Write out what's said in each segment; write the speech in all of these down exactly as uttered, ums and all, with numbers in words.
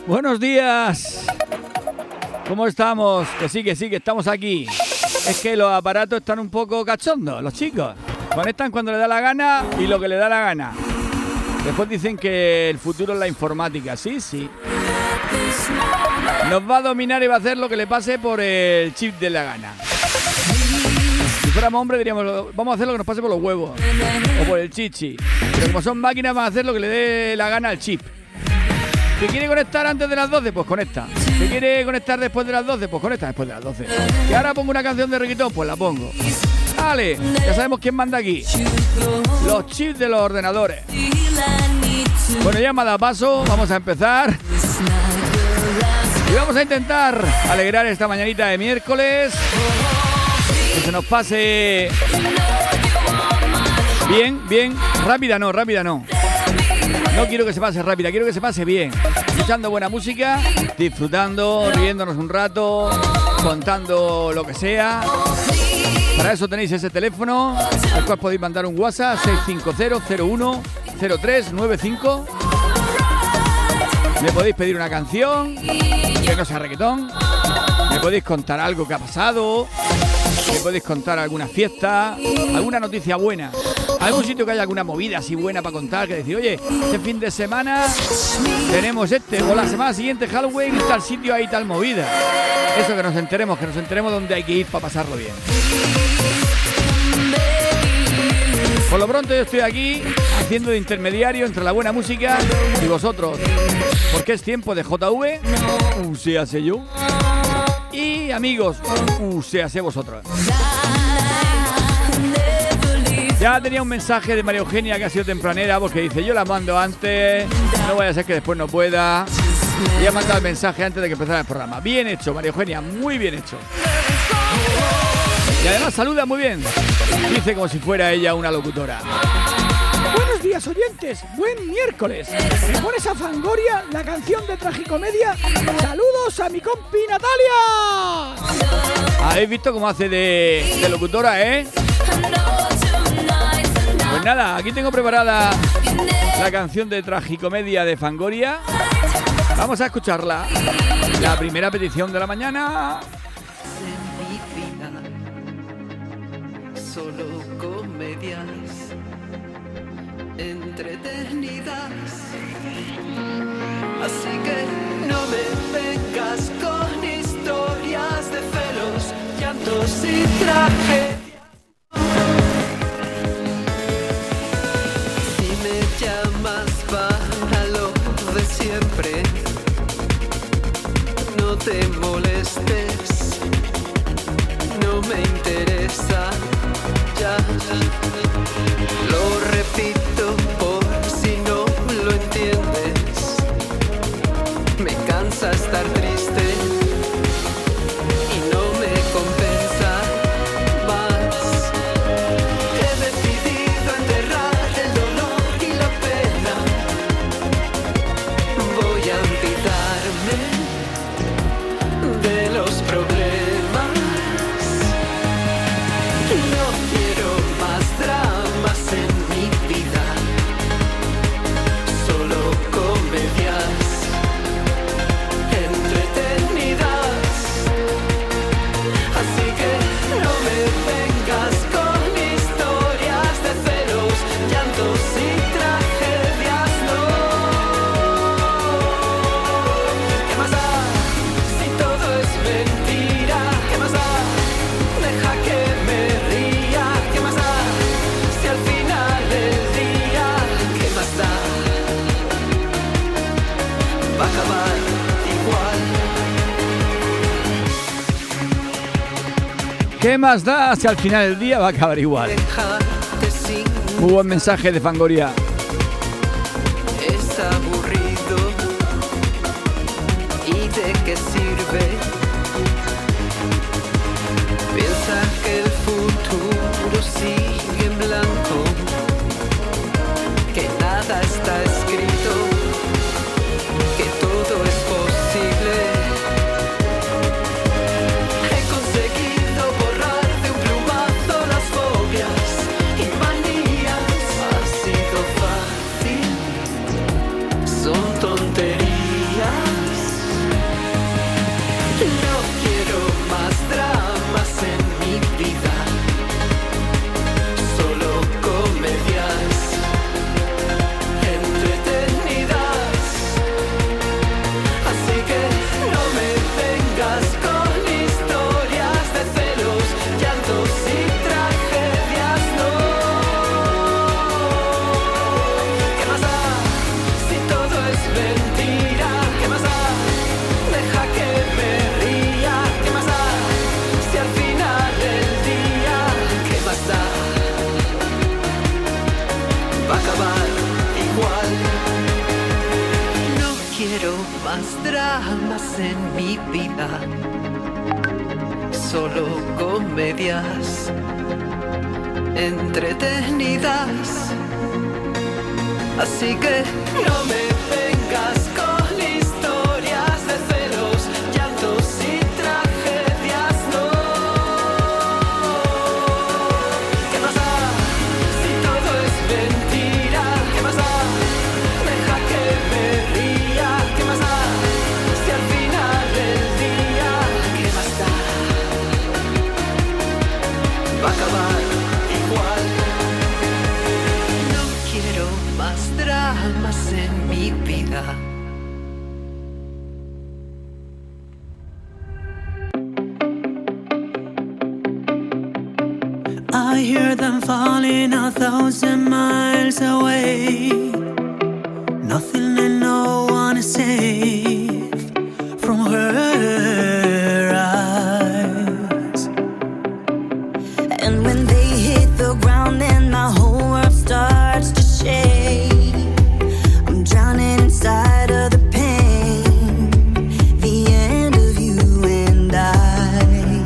Buenos días. ¿Cómo estamos? Que sí, que sí, que estamos aquí. Es que los aparatos están un poco cachondos, los chicos. Conectan cuando le da la gana y lo que le da la gana. Después dicen que el futuro es la informática. Sí, sí. Nos va a dominar y va a hacer lo que le pase por el chip de la gana. Si fuéramos hombres diríamos, vamos a hacer lo que nos pase por los huevos o por el chichi. Pero como son máquinas, van a hacer lo que le dé la gana al chip. ¿Que quiere conectar antes de las doce? Pues conecta. ¿Que quiere conectar después de las doce? Pues conecta después de las doce. ¿Que ahora pongo una canción de reggaetón? Pues la pongo. Vale, ya sabemos quién manda aquí. Los chips de los ordenadores. Bueno, ya me ha dado paso, vamos a empezar. Y vamos a intentar alegrar esta mañanita de miércoles. Que se nos pase bien, bien. Rápida no, rápida no. No quiero que se pase rápida, quiero que se pase bien. Escuchando buena música, disfrutando, riéndonos un rato, contando lo que sea. Para eso tenéis ese teléfono, al cual podéis mandar un WhatsApp, seis cinco cero cero uno cero tres nueve cinco. Me podéis pedir una canción, que no sea reggaetón. Me podéis contar algo que ha pasado. Me podéis contar alguna fiesta, alguna noticia buena. Algún sitio que haya alguna movida así buena para contar, que decir, oye, este fin de semana tenemos este, o la semana siguiente Halloween, tal sitio hay tal movida. Eso, que nos enteremos, que nos enteremos dónde hay que ir para pasarlo bien. Por lo pronto yo estoy aquí haciendo de intermediario entre la buena música y vosotros, porque es tiempo de J V, uh, se hace yo, y amigos, uh, se hace vosotros. Ya tenía un mensaje de María Eugenia que ha sido tempranera, porque dice, yo la mando antes, no vaya a ser que después no pueda. Y ha mandado el mensaje antes de que empezara el programa. Bien hecho, María Eugenia, muy bien hecho. Y además saluda muy bien. Dice como si fuera ella una locutora. Buenos días, oyentes. Buen miércoles. ¿Me pones a Fangoria la canción de Tragicomedia? Saludos a mi compi Natalia. ¿Habéis visto cómo hace de, de locutora, eh? Pues nada, aquí tengo preparada la canción de Tragicomedia de Fangoria. Vamos a escucharla. La primera petición de la mañana. Solo comedias entretenidas, así que no me vengas con historias de celos, llantos y tragedias. Si me llamas para lo de siempre, no te molestes, no me interesa. Ya, lo repito por si no lo entiendes. Me cansa estar triste y no me compensa más. He decidido enterrar el dolor y la pena. Voy a olvidarme de los problemas. ¿Qué más da si al final del día va a acabar igual? Muy buen mensaje de Fangoria. Es aburrido. ¿Y de qué sirve? Piensa que el futuro sigue en blanco, que nada está escrito, que todo es posible. Son tonterías. dramas en mi vida, solo comedias entretenidas. Así que no me vengas con historias de celos, llantos y tragedias, no. ¿Qué más da si todo es mentira? ¿Qué más da? Deja que me ría. ¿Qué más da si al final del día? ¿Qué más da? Va a acabar igual. No quiero más dramas en mi vida. I hear them falling a thousand miles away. Nothing and no one is safe from her eyes. And when they hit the ground and my whole world starts to shake, I'm drowning inside of the pain, the end of you and I.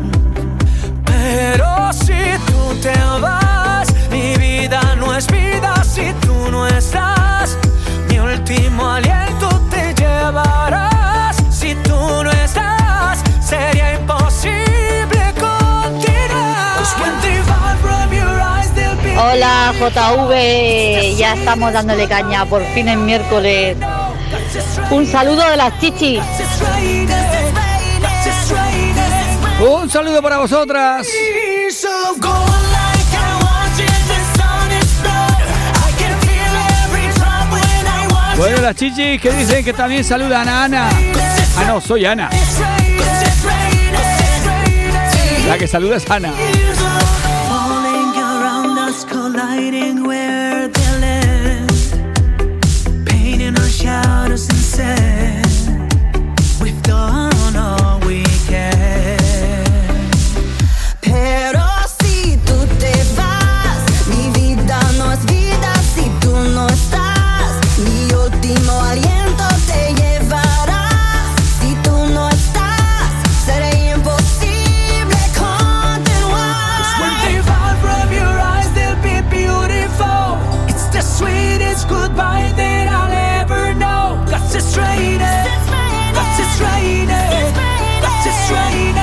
Pero si tú te vas, mi vida no es vida si tú no estás. Mi último aliento te llevarás. Si tú no estás, sería imposible continuar. Hola J V, ya estamos dándole caña, por fin es miércoles. Un saludo de las chichis. Un saludo para vosotras. Bueno, las chichis que dicen que también saludan a Ana. Ah, no, soy Ana. La que saluda es Ana. Falling around us, colliding where they live, painting our shadows and sand. We've done all we can. Pero si tú te vas, mi vida no es vida si tú no estás. Mi último aliento te llevarás. Si tú no estás, será imposible continuar. 'Cause when they fall from your eyes, they'll be beautiful. It's the sweetest goodbye that I'll ever know. 'Cause it's raining, 'cause it's raining, 'cause it's raining.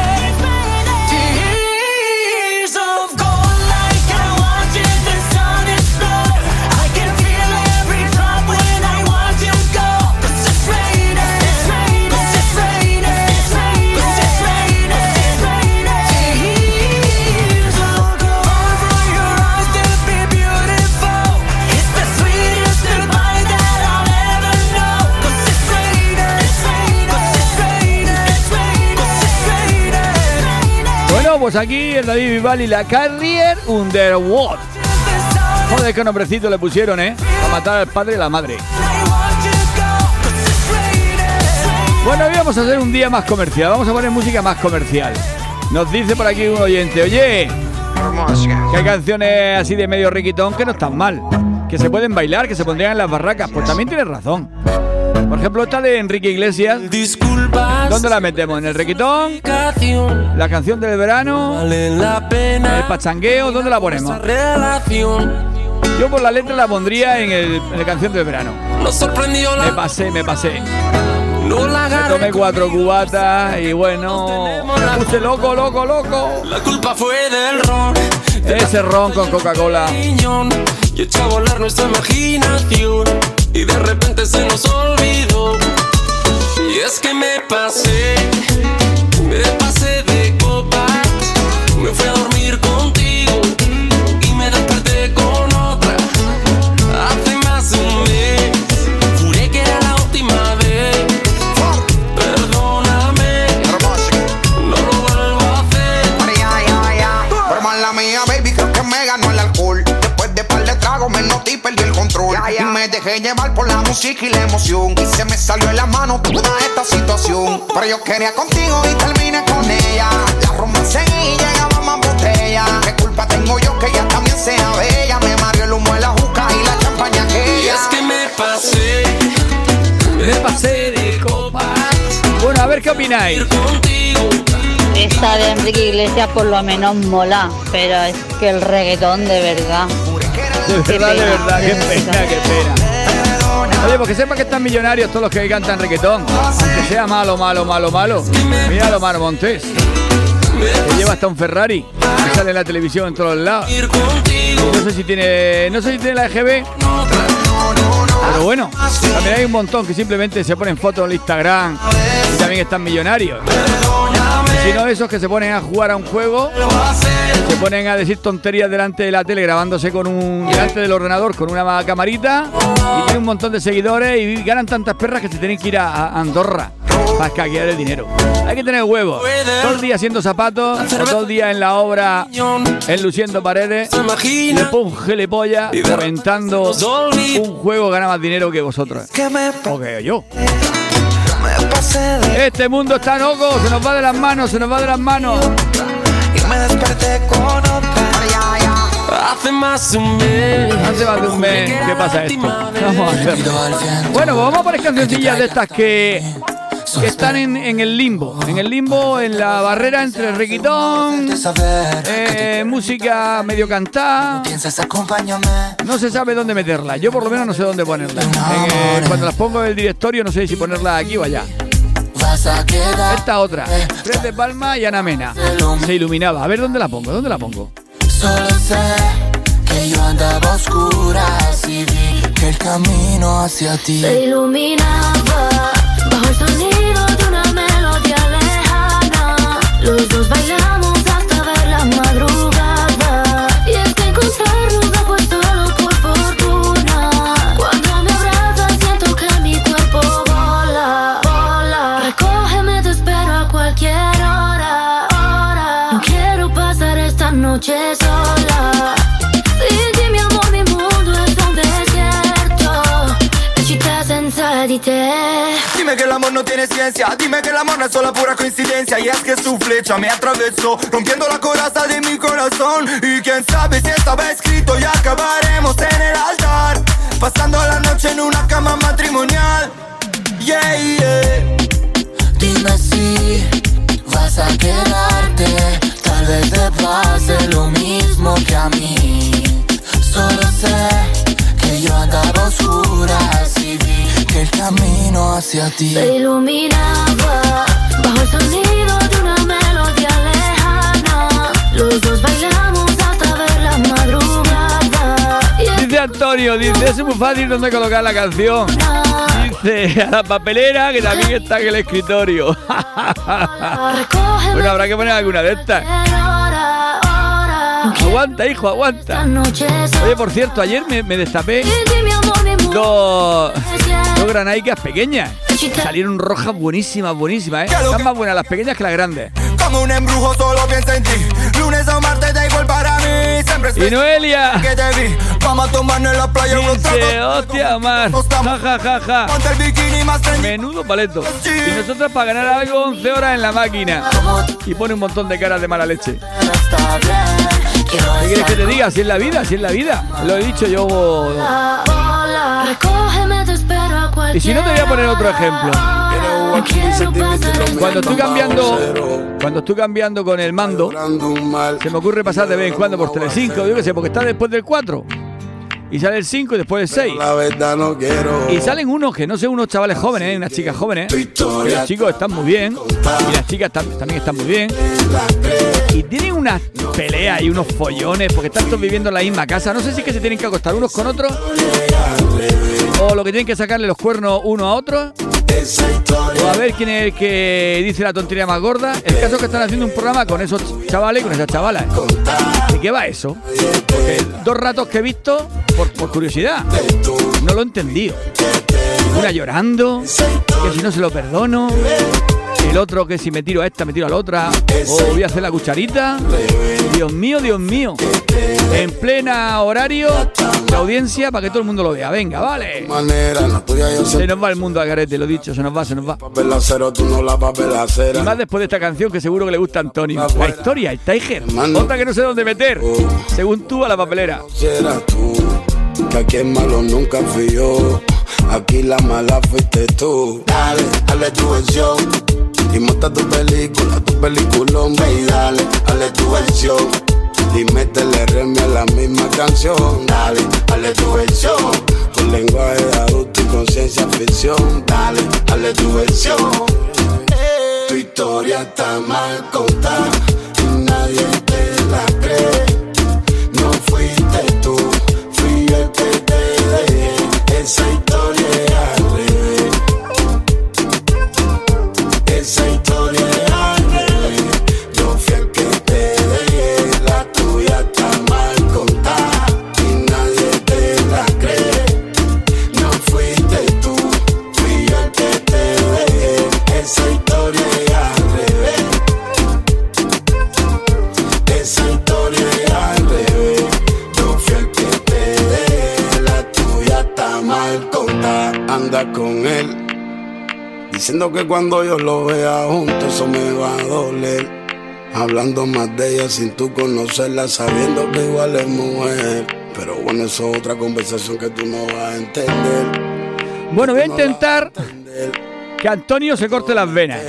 Tears of gold like I wanted the sun explode. I can feel every drop when I watch you go. 'Cause it's raining, 'cause it's raining, 'cause it's raining, 'cause it's raining. Tears of gold over your eyes, they'll be beautiful. It's the sweetest goodbye that I'll ever know. 'Cause it's raining, 'cause it's raining, 'cause it's raining. Bueno, pues aquí el David Bisbal y la Carrier Underwood. Joder, qué nombrecito le pusieron, ¿eh? Para matar al padre y la madre. Bueno, hoy vamos a hacer un día más comercial. Vamos a poner música más comercial. Nos dice por aquí un oyente: oye, que hay canciones así de medio riquitón que no están mal, que se pueden bailar, que se pondrían en las barracas. Pues también tienes razón. Por ejemplo, esta de Enrique Iglesias, ¿dónde la metemos? ¿En el riquitón? ¿La canción del verano? ¿En el pachangueo? ¿Dónde la ponemos? Yo por la letra la pondría en, el, en la canción del verano. Me pasé, me pasé. Me tomé cuatro cubatas y bueno, me puse loco, loco, loco. La culpa fue del ron. Ese ron con Coca-Cola. Y echó a volar nuestra imaginación. Y de repente se nos olvidó. Y es que me pasé, me pasé de copas. Me fui a dormir contigo y me desperté con otra. Hace más de un mes, juré que era la última vez. Perdóname, no lo vuelvo a hacer. Pero mala mía, baby, creo que me ganó el alcohol. Después de par de tragos me noté y perdí el control. Y me dejé llevar por la música y la emoción. Y se me salió en la mano toda esta situación. Pero yo quería contigo y terminé con ella. La romance y llegaba más botella. ¿Qué culpa tengo yo que ella también sea bella? Me mareó el humo de la juca y la champaña aquella. Y es que me pasé, Me pasé de copas. opináis? Esta de Enrique Iglesias por lo menos mola, pero es que el reggaetón de verdad. De Qué verdad, de pena, verdad, qué de pena, verdad. qué pena. Oye, porque sepa que están millonarios todos los que cantan reggaetón. Aunque sea malo, malo, malo, malo. Mira lo Mar Montés, que lleva hasta un Ferrari, que sale en la televisión en todos lados. No sé si tiene, no sé si tiene la E G B, pero bueno, también hay un montón que simplemente se ponen fotos en Instagram y también están millonarios. Y si no, esos que se ponen a jugar a un juego, se ponen a decir tonterías delante de la tele, grabándose con un delante del ordenador con una camarita, y tienen un montón de seguidores y ganan tantas perras que se tienen que ir a, a Andorra para escaquear el dinero. Hay que tener huevos. Todo el día haciendo zapatos, o todo el día en la obra enluciendo paredes, y después un gilipollas comentando un juego gana más dinero que vosotros. O que yo. Este mundo está loco, se nos va de las manos, se nos va de las manos. Y me desperté con otra. Hace más de un mes. Hace más de un mes. ¿Qué pasa esto? Vamos a hacerlo. Bueno, pues vamos a poner cancioncillas de estas que, que están en, en el limbo. En el limbo, en la barrera entre el reggaetón, eh, música medio cantada. No se sabe dónde meterla. Yo por lo menos no sé dónde ponerla. En, eh, cuando las pongo en el directorio no sé si ponerla aquí o allá. Esta otra, Tres de Palma y Ana Mena. Se iluminaba. A ver dónde la pongo, ¿dónde la pongo? Solo sé que yo andaba a oscuras y vi que el camino hacia ti se iluminaba bajo el sonido de una melodía lejana. Los dos bailamos hasta ver la madrugada. Y es que encontrarnos no fue solo por fortuna. Cuando me abrazas siento que mi cuerpo vola, vola. Recógeme, te espero a cualquier hora, hora. No quiero pasar esta noche sola. Sin ti, mi amor, mi mundo es un desierto. E città senza di te. Dime que el amor no tiene ciencia, dime que el amor no es solo pura coincidencia. Y es que su flecha me atravesó, rompiendo la coraza de mi corazón. Y quién sabe si estaba escrito y acabaremos en el altar, pasando la noche en una cama matrimonial. Yeah, yeah. Dime si vas a quedarte, tal vez te pase lo mismo que a mí. Solo sé que yo andaba a oscuras y vi que el camino hacia ti se iluminaba bajo el sonido de una melodía lejana. Los dos bailamos hasta ver la madrugada. Dice Antonio, dice, es muy fácil dónde colocar la canción. Dice, a la papelera, que también está en el escritorio. Bueno, habrá que poner alguna de estas. Aguanta, hijo, aguanta. Oye, por cierto, ayer me, me destapé dos, dos granaicas pequeñas. Salieron rojas buenísimas, buenísimas, ¿eh? Están más buenas las pequeñas que las grandes. Como un embrujo solo piensa en ti. Lunes o martes da igual para mí. Siempre Y Noelia que te vi. Vamos a tomarnos en la playa. dice, hostia, Omar, ja, ja, ja, ja. Ponte el bikini más trendy. Menudo paleto. Y nosotros para ganar algo, once horas en la máquina. Y pone un montón de caras de mala leche. ¿Qué quieres que te diga? Si es la vida, si es la vida. Lo he dicho yo. Y si no, te voy a poner otro ejemplo. Cuando estoy cambiando, cuando estoy cambiando con el mando, se me ocurre pasar de vez en cuando por Telecinco, yo qué sé, porque está después del cuatro. Y sale el cinco y después el seis. Y salen unos que no sé, unos chavales jóvenes, ¿eh? Unas chicas jóvenes. Que los chicos están muy bien. Y las chicas tam- también están muy bien. Y tienen unas peleas y unos follones porque están todos viviendo en la misma casa. No sé si es que se tienen que acostar unos con otros, o lo que tienen que sacarle los cuernos uno a otro, o a ver quién es el que dice la tontería más gorda. El caso es que están haciendo un programa con esos chavales y con esas chavalas. ¿De qué va eso? Porque dos ratos que he visto por, por curiosidad no lo he entendido. Una llorando, que si no se lo perdono. El otro que si me tiro a esta, me tiro a la otra. O voy a hacer la cucharita. Dios mío, Dios mío. En plena horario de audiencia para que todo el mundo lo vea. Venga, vale. Se nos va el mundo a garete, lo dicho, se nos va, se nos va. Y más después de esta canción que seguro que le gusta a Antonio. La historia, el Tiger. Otra que no sé dónde meter. Según tú, a la papelera. Que aquí es malo nunca fui yo. Aquí la mala fuiste tú. Dale, dale tu versión. Y monta tu película, tu peliculón, ve y dale, dale tu versión. Y métele reme a la misma canción. Dale, dale tu versión. Con lenguaje de adulto y conciencia ficción. Dale, dale tu versión. Tu historia está mal contada y nadie te la cree. No fuiste tú, fui el que te dejé. Esa historia es al revés. Esa historia es al revés. Yo fui el que te dejé. La tuya está mal contada y nadie te la cree. No fuiste tú, fui yo el que te dejé. Esa historia es al revés. Esa historia es al revés. Yo fui el que te dejé. La tuya está mal contada. Anda con él diciendo que cuando yo lo vea juntos eso me va a doler. Hablando más de ella sin tú conocerla, sabiendo que igual es mujer. Pero bueno, eso es otra conversación que tú no vas a entender. Bueno, voy a intentar que Antonio se corte las venas.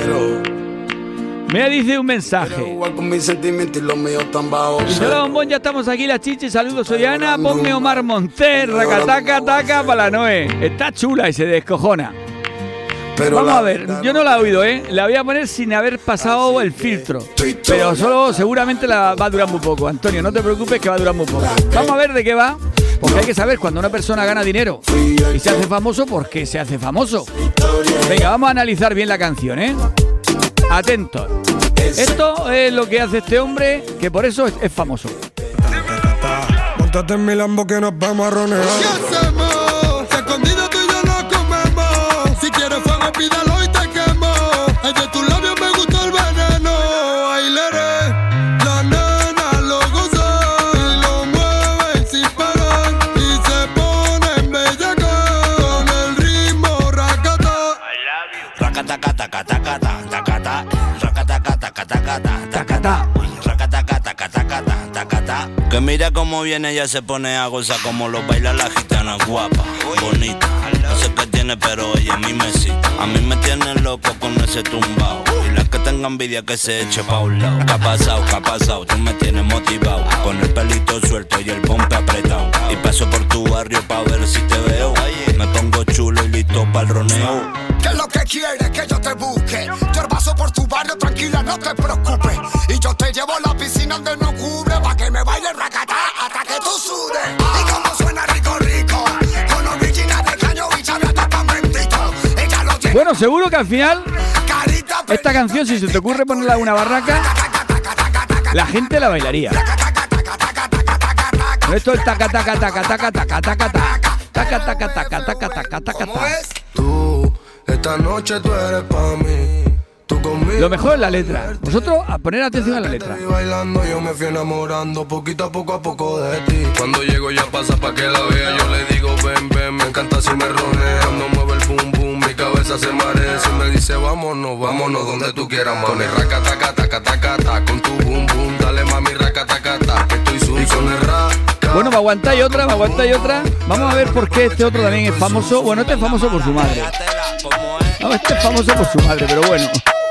Me dice un mensaje. Igual con mis sentimientos y los míos tan bajos. Hola, bombón, ya estamos aquí, la chichi. Saludos, soy Ana. Ponme Omar Monter, racataca, taca, para la Noé. Está chula y se descojona. Pero Vamos la a ver, yo no la he oído, ¿eh? La voy a poner sin haber pasado el filtro. Pero solo seguramente la va a durar muy poco. Antonio, no te preocupes que va a durar muy poco. Vamos a ver de qué va. Porque hay que saber cuando una persona gana dinero y se hace famoso, ¿por qué se hace famoso? Venga, vamos a analizar bien la canción, ¿eh? Atentos. Esto es lo que hace este hombre, que por eso es, es famoso. Móntate en mi Lambo que nos vamos a ronear. ¿Qué hacemos? Si escondido tú y yo no comemos. Si quieres fuego pídalo y te quemo. Ay, de tus labios me gustó el veneno. Ay, leré, la nena lo goza y lo mueve sin parar. Y se pone en bellaca con el ritmo racata. Racataca, taca, taca, taca, taca. Racataca, taca, taca, taca, taca. Racataca, taca, taca, taca, taca. Que mira cómo viene, ella se pone a gozar como lo baila la gitana, guapa, bonita. No sé qué tiene, pero ella a mí me excita. A mí me tiene loco con ese tumbao. Y la que tenga envidia que se eche pa' un lado. ¿Qué ha pasado? ¿Qué ha pasado? Tú me tienes motivado. Con el pelito suelto y el pompe apretado. Y paso por tu barrio pa' ver si te veo. Me pongo chulo y listo pa'l roneo. ¿Qué es lo que quieres que yo te busque? Yo paso por tu barrio, tranquila, no te preocupes. Y yo te llevo a la piscina donde no cubre, pa' que me baile racatá hasta que tú sudes. Y como suena rico, rico, con original de caño y chavia tapamentito. Ella lo tiene. Bueno, seguro que al final esta canción, si se te ocurre ponerla en una barraca, la gente la bailaría. Pero esto es taca taca taca taca taca taca taca taca taca taca taca taca taca taca. Tú, esta noche tú eres pa' mí. Tú conmigo. Lo mejor es la letra. Vosotros a poner atención a la letra. Y bailando yo me fui enamorando poquito a poco a poco de ti. Cuando llego ya pasa pa' que la vea. Yo le digo ven, ven, me encanta si me ronea. Cuando mueve el boom boom, mi cabeza se marea. Si me dice vámonos, vámonos donde tú quieras, mami. Con el racataca, taca, taca, taca. Con tu boom boom, dale mami racataca, taca. Que estoy sucio. Y con el rap. Bueno, me aguantáis otra, me aguantáis otra. Vamos a ver por qué este otro también es famoso. Bueno, este es famoso por su madre. No, este es famoso por su madre, pero bueno.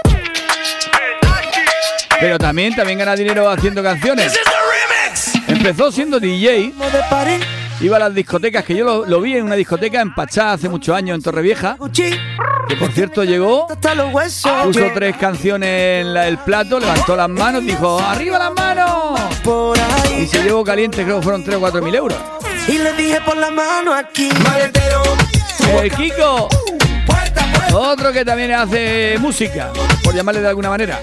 Pero también, también gana dinero haciendo canciones. Empezó siendo D J. Iba a las discotecas, que yo lo, lo vi en una discoteca en Pachá hace muchos años, en Torrevieja. Que por cierto llegó, puso tres canciones en la, el plato, levantó las manos, dijo ¡arriba las manos! Y se llevó caliente, creo que fueron tres o cuatro mil euros. Y le dije por la mano aquí. El Kiko, otro que también hace música, por llamarle de alguna manera.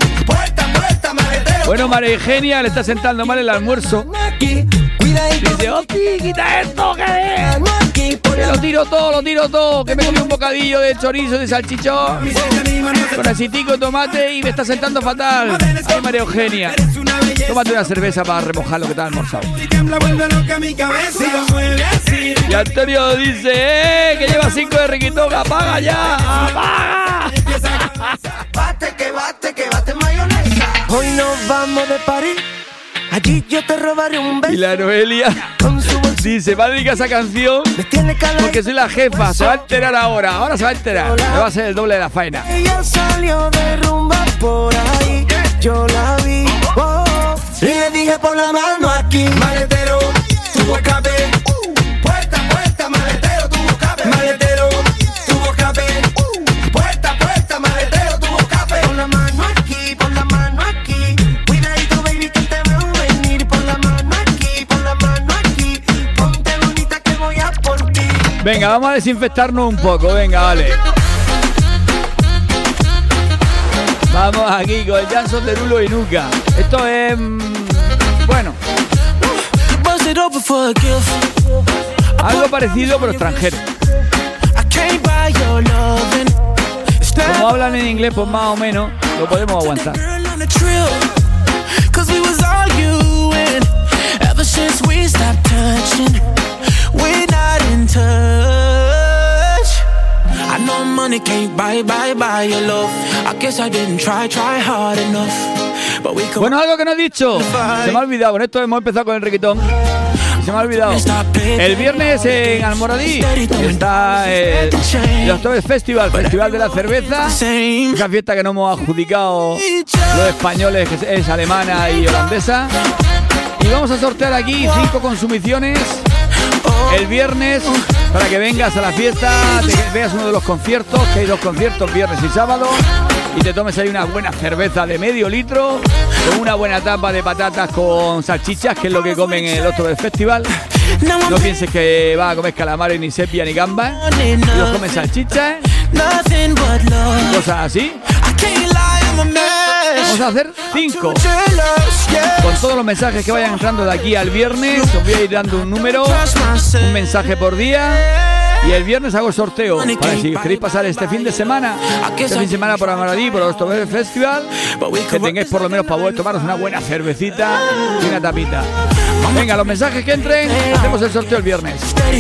Bueno, María Eugenia le está sentando mal el almuerzo. Dice, ¡hostia, quita esto! Que, que lo tiro todo, lo tiro todo. Que me comí un bocadillo de chorizo, de salchichón, con acitico, tomate y me está sentando fatal. Ay, María Eugenia, tómate una cerveza para remojar lo que te has almorzado. Y Antonio dice, ¡eh! Que lleva cinco de riquitón, apaga ya, apaga. Bate, que bate, que bate mayonesa. Hoy nos vamos de París. Allí yo te robaré un beso. Y la Noelia Dice, va a dedicar esa canción porque soy la jefa. Se va a enterar ahora. Ahora se va a enterar. Me va a hacer el doble de la faena. Ella salió de rumba por ahí. Yo la vi. Oh, y le dije por la mano aquí. Maletero, tu escape. Puerta, puerta, maletero, tu escape. Maletero, tu escape. Puerta, puerta, maletero, tu escape. Pon la mano aquí, pon la mano aquí. Cuidadito, baby, que te veo venir. Pon la mano aquí, pon la mano aquí. Ponte bonita que voy a por ti. Venga, vamos a desinfectarnos un poco. Venga, vale. Vamos aquí con el Jansson de Rulo y Nuca. Esto es... bueno. Algo parecido pero extranjero. Como hablan en inglés, pues más o menos lo podemos aguantar. I know money can't buy, buy, buy your love. I guess I didn't try, try hard enough. But we could... Bueno, algo que no he dicho. Se me ha olvidado. Con esto hemos empezado con el reggaetón. Se me ha olvidado. El viernes en Almoradí está el, el October Festival, Festival de la Cerveza. Esa fiesta que no hemos adjudicado los españoles, que es alemana y holandesa. Y vamos a sortear aquí cinco consumiciones el viernes para que vengas a la fiesta, te veas uno de los conciertos, que hay dos conciertos, viernes y sábado, y te tomes ahí una buena cerveza de medio litro con una buena tapa de patatas con salchichas, que es lo que comen en el October Festival. No pienses que vas a comer calamares, ni sepia, ni gambas. Los comen salchichas y cosas así. Vamos a hacer cinco. Con todos los mensajes que vayan entrando de aquí al viernes, os voy a ir dando un número, un mensaje por día. Y el viernes hago sorteo para si queréis pasar este fin de semana, este fin de semana por Almoradí, por el October Festival, que tengáis por lo menos para poder tomaros una buena cervecita y una tapita. Venga, los mensajes que entren, hacemos el sorteo el viernes.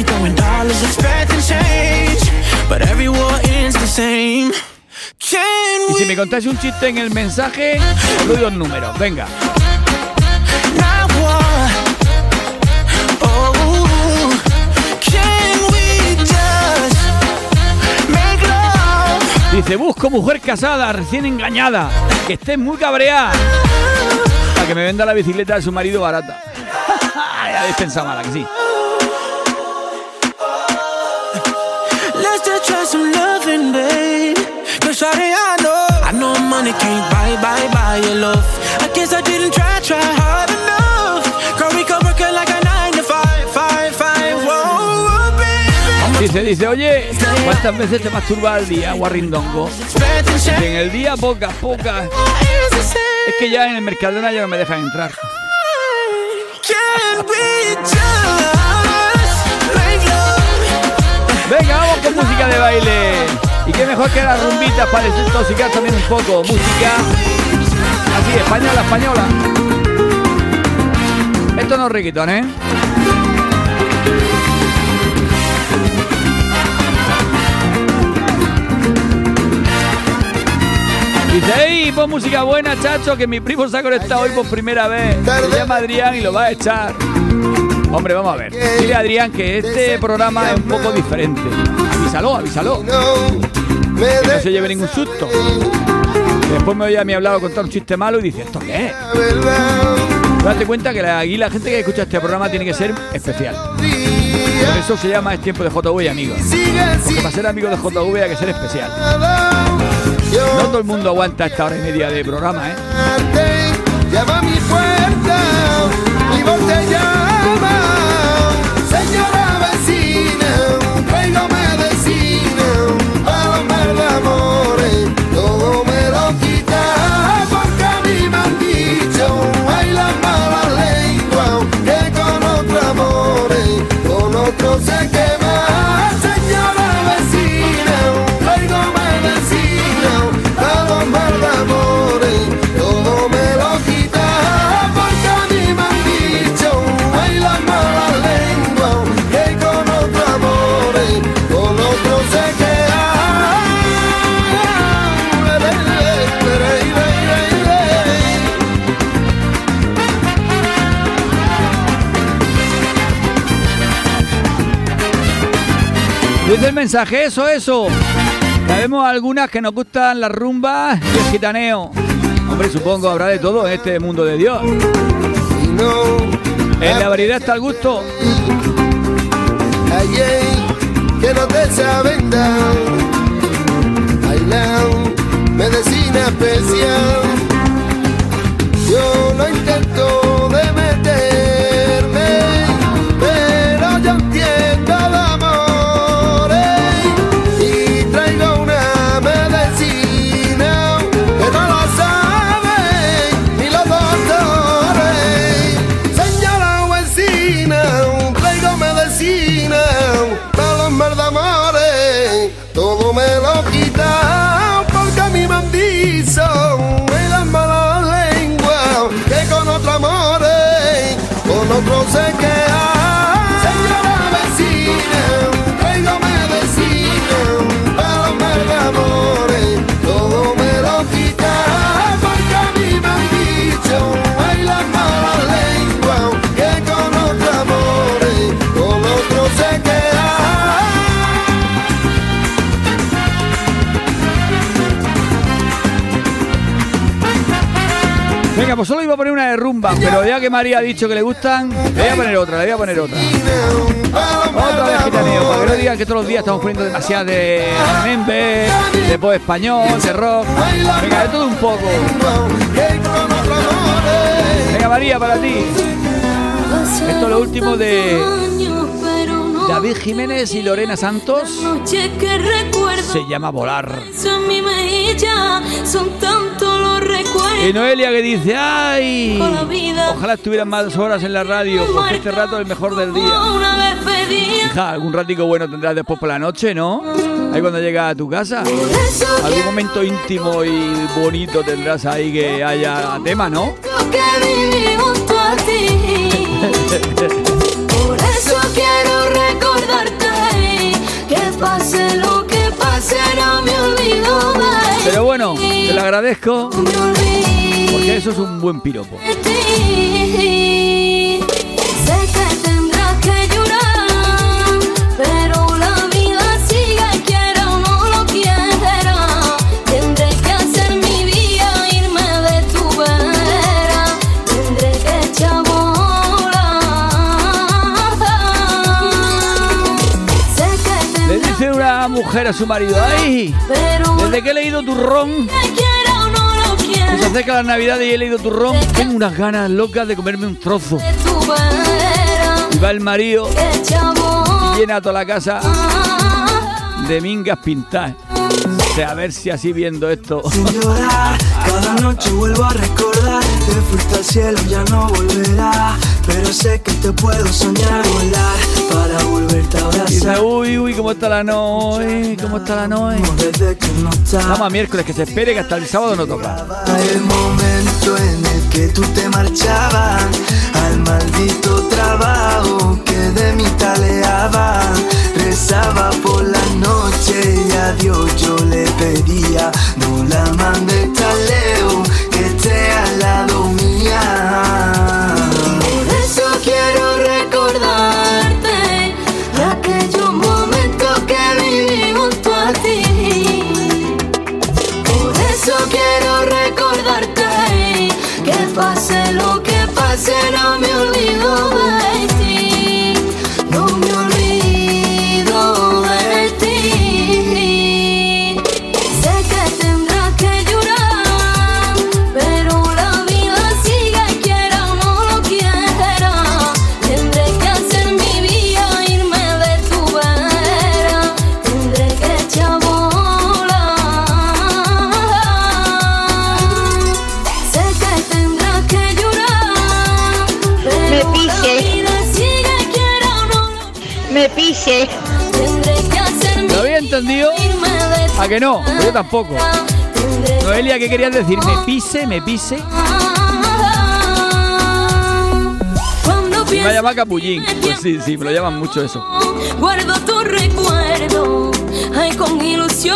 Y si me contáis un chiste en el mensaje, os doy dos números. Venga. Dice, busco mujer casada, recién engañada, que esté muy cabreada, para que me venda la bicicleta de su marido barata. Ya habéis pensado mala, que sí. I know money can't buy, buy, buy your love. I guess I didn't try, try hard enough. Girl, we could work it like a nine to five, five, five, whoa, baby. Dice, dice, oye, ¿cuántas veces te masturbas al día, guarrindongo? Dice, en el día pocas, pocas. Es que ya en el Mercadona ya no me dejan entrar. Venga, vamos con música de baile. Y qué mejor que las rumbitas para desintoxicar también un poco. Música así, española, española. Esto no es reggaetón, ¿eh? Dice, hey, pon música buena, chacho, que mi primo se ha conectado hoy por primera vez. Se llama Adrián y lo va a echar. Hombre, vamos a ver. Dile a Adrián que este programa es un poco diferente. Avísalo, avísalo. Que no se lleve ningún susto. Después me oye a mí hablar o contar un chiste malo y dice, ¿esto qué es? Date cuenta que aquí la gente que escucha este programa tiene que ser especial. Por eso se llama Es Tiempo de J V y Amigos. Porque para ser amigo de J V hay que ser especial. No todo el mundo aguanta esta hora y media de programa, ¿eh? Llama a mi puerta, mi voz te llama. Señora vecina, traigo medicina para los mal amores. Todo me lo quita porque a mí me han dicho hay la mala lengua que con otro amores, con otro se quema. Señora vecina, traigo medicina para los mal amores. Todo me lo quita Dice el mensaje, eso, eso. Sabemos algunas que nos gustan las rumbas y el gitaneo. Hombre, supongo habrá de todo en este mundo de Dios. En la variedad está el gusto. Ayer, que no te saben dar. Bailan, medicina especial. Yo lo intento de meterme, pero yo entiendo el amor, eh, y traigo una medicina que no lo saben ni los doctores. Señora vecina, traigo medicina para los mal de amores. Todo me lo quita porque a mí me han dicho en las malas lenguas que con otro amor, eh, con otro se queda. Señora vecina, traigo medicina para los mal de amores. Todo me lo quita porque a mí me han dicho en las malas lenguas que con otro amor, eh, con otro se queda. Venga, pues solo iba a poner una de rumba, pero ya que María ha dicho que le gustan, le voy a poner otra, le voy a poner otra. Otra de gitaneo, para que no digan que todos los días estamos poniendo demasiado de remember, de pop español, de rock. Venga, de todo un poco. Venga, María, para ti. Esto es lo último de David Jiménez y Lorena Santos. Se llama Volar. Mi mejilla, son tantos los recuerdos. Y Noelia que dice, ay, ojalá estuvieran más horas en la radio, porque este rato es el mejor del día. Hija, algún ratico bueno tendrás después por la noche, ¿no? Ahí cuando llegas a tu casa. Algún momento íntimo y bonito tendrás ahí que haya tema, ¿no? Por eso quiero recordarte que pase lo que pase, no me olvido de ti. Pero bueno, te lo agradezco porque eso es un buen piropo. Sé que tendrás que llorar, pero la vida sigue, quiera o no lo quiera. Tendré que hacer mi vida, irme de tu vera. Tendré que echar bola. Sé que tendrás. Le dice una mujer a su marido, ay, desde que he leído Turrón, que se acerca la Navidad y he leído Turrón, tengo unas ganas locas de comerme un trozo. Y va el marido y llena toda la casa de mingas pintadas. O sea, a ver si así viendo esto. Sin llorar, cada noche vuelvo a recordar. Te fuiste al cielo, ya no volverá. Pero sé que te puedo soñar volar para volverte a abrazar. Dice, uy, uy, ¿cómo está la noche? ¿Cómo está la noche? Vamos a miércoles, que se espere que hasta el sábado no toca. El momento en el que tú te marchabas al maldito trabajo que de mí taleaba. Rezaba por la noche y a Dios yo le pedía, no la mandes tan lejos, que esté al lado mía. Por eso quiero recordarte aquellos momentos que viví junto a ti. Por eso quiero recordarte que pase lo que pase, no me olvido de ti. No me olvido de ti. Sé que tendrás que llorar, pero la vida sigue, quiera o no lo quiera. Tendré que hacer mi vida, irme de tu vera. Tendré que echar bola. Sé que tendrás que llorar, pero la vida sigue, quiera o no lo quiera. Me pise. Tendré que hacer mi ¿Lo había entendido? ¿A que no? Pues yo tampoco. Noelia, ¿qué querías decir? ¿Me pise? ¿Me pise? Y me llama Capullín. Pues sí, sí, me lo llaman mucho eso. Guardo tu recuerdo, ay, con ilusión.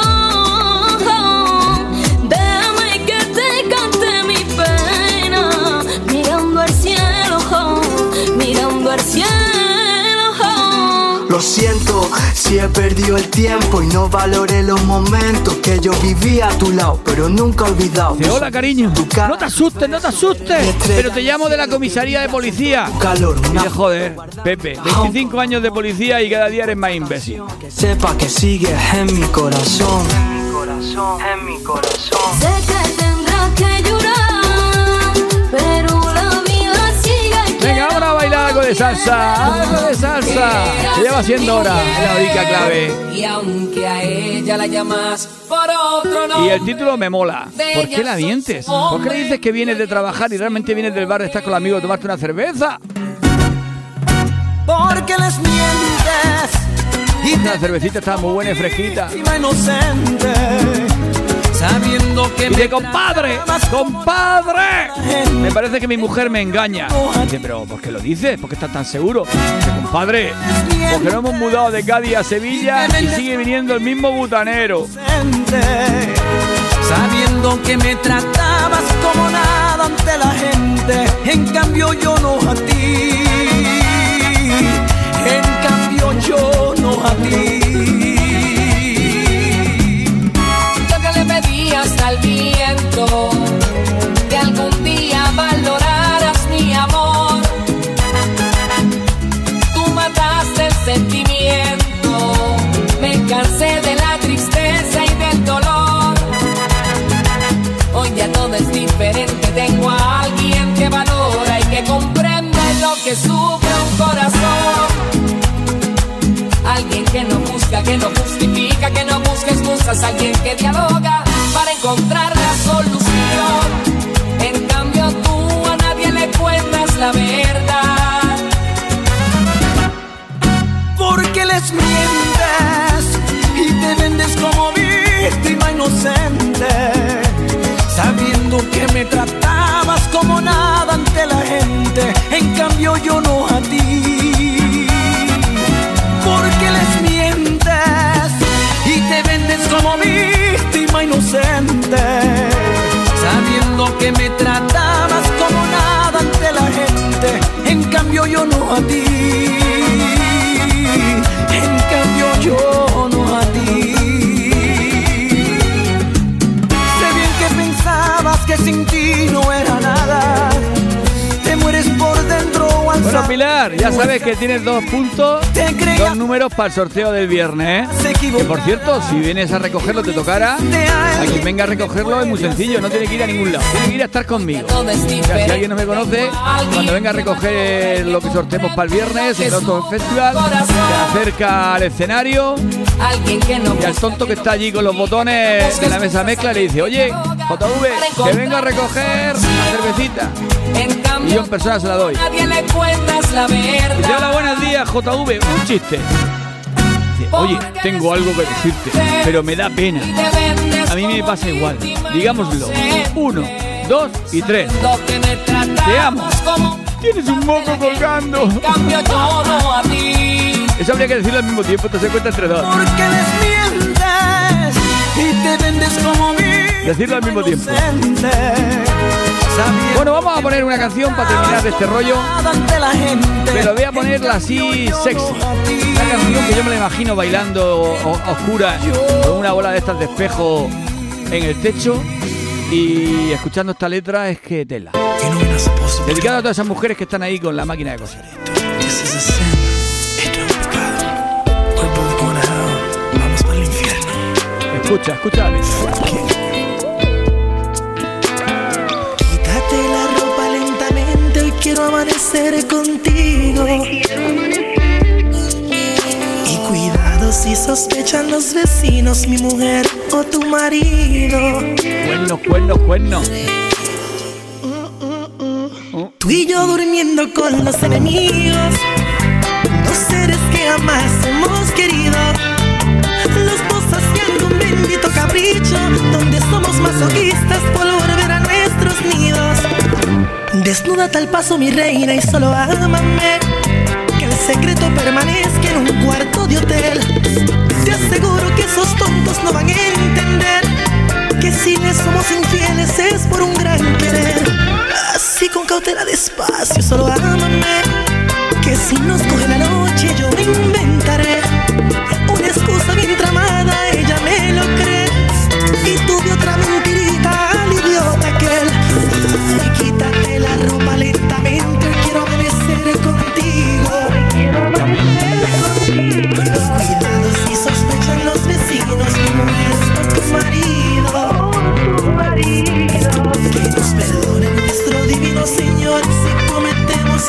Déjame que te cante mi pena, mirando al cielo, mirando al cielo. Lo siento si he perdido el tiempo y no valoré los momentos que yo vivía a tu lado, pero nunca he olvidado. Dice, hola cariño, no te asustes, no te asustes, pero te llamo de la comisaría de policía. Calor, y de joder, Pepe, veinticinco años de policía y cada día eres más imbécil. Que sepa que sigues en mi corazón. En mi corazón, en mi corazón. Sé que tendrás que llorar, pero la vida sigue. Venga, ahora a bailar algo de salsa, algo de salsa. Que ya va siendo hora, es la horica clave. Y aunque a ella la llamas por otro nombre. Y el título me mola. ¿Por qué la mientes? ¿Por qué le dices que vienes de trabajar y realmente vienes del bar de estar con los amigos a tomarte una cerveza? Porque les mientes. Y la cervecita está muy buena y fresquita. Inocente, sabiendo que y de compadre, compadre, me parece que mi mujer me engaña. Dice, pero ¿por qué lo dices? ¿Por qué estás tan seguro? Dice, compadre, porque no hemos mudado de Cádiz a Sevilla y sigue viniendo el mismo butanero. Sabiendo que me tratabas como nada ante la gente, en cambio yo no a ti. En cambio yo no a ti. Yo que le pedías al viento que algún día valoraras mi amor. Tú mataste el sentimiento, me cansé de la tristeza y del dolor. Hoy ya todo es diferente, tengo a alguien que valora y que comprende lo que sufre un corazón. Alguien que no busca, que no justifica, que no busca excusas. Alguien que dialoga para encontrar la solución. En cambio tú a nadie le cuentas la verdad. Porque les mientes y te vendes como víctima inocente, sabiendo que me tratabas como nada ante la gente. En cambio yo no a ti. Porque les mientes y te vendes como víctima inocente, sabiendo que me tratabas como nada ante la gente. En cambio yo no a ti. En cambio yo no a ti. Sé bien que pensabas que sin ti no era nada. Te mueres por dentro. Bueno, Pilar, ya sabes que tienes dos puntos, dos números para el sorteo del viernes, ¿eh? Que por cierto, si vienes a recogerlo, te tocará. A quien venga a recogerlo es muy sencillo, no tiene que ir a ningún lado, tiene que ir a estar conmigo. O sea, si alguien no me conoce, cuando venga a recoger lo que sorteemos para el viernes en otro festival, se acerca al escenario y al tonto que está allí con los botones de la mesa mezcla le dice, oye, J V, que vengo a recoger la cervecita. Y yo en persona se la doy. Dice, hola, buenos días, J V, un chiste. Dice, oye, tengo algo que decirte, pero me da pena. A mí me pasa igual. Digámoslo. Uno, dos y tres. Te amo. Tienes un moco colgando. Eso habría que decirlo al mismo tiempo, entonces se cuenta entre dos. Porque les mientes y te vendes como mí. Decirlo al mismo tiempo. Bueno, vamos a poner una canción para terminar de este rollo, pero voy a ponerla así sexy. Una canción que yo me la imagino bailando a oscuras con una bola de estas de espejo en el techo y escuchando esta letra es que tela. Dedicado a todas esas mujeres que están ahí con la máquina de coser. Escucha, escucha la letra. Quiero amanecer contigo. Y cuidado si sospechan los vecinos, mi mujer o tu marido. Cuernos, cuernos, cuernos. Tú y yo durmiendo con los enemigos, dos seres que jamás hemos querido. Los dos haciendo un bendito capricho, donde somos masoquistas por volver a nuestros nidos. Desnúdate al paso, mi reina, y solo ámame. Que el secreto permanezca en un cuarto de hotel. Te aseguro que esos tontos no van a entender que si les somos infieles es por un gran querer. Así con cautela, despacio, solo ámame. Que si nos coge la noche yo me inventaré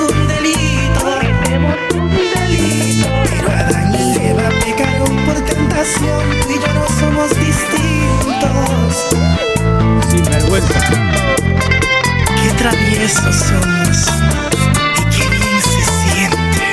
un delito. Cometemos un delito. Pero Adán y Eva pecaron por tentación. Tú y yo no somos distintos. Sin vergüenza. Qué traviesos somos. Y qué bien se siente.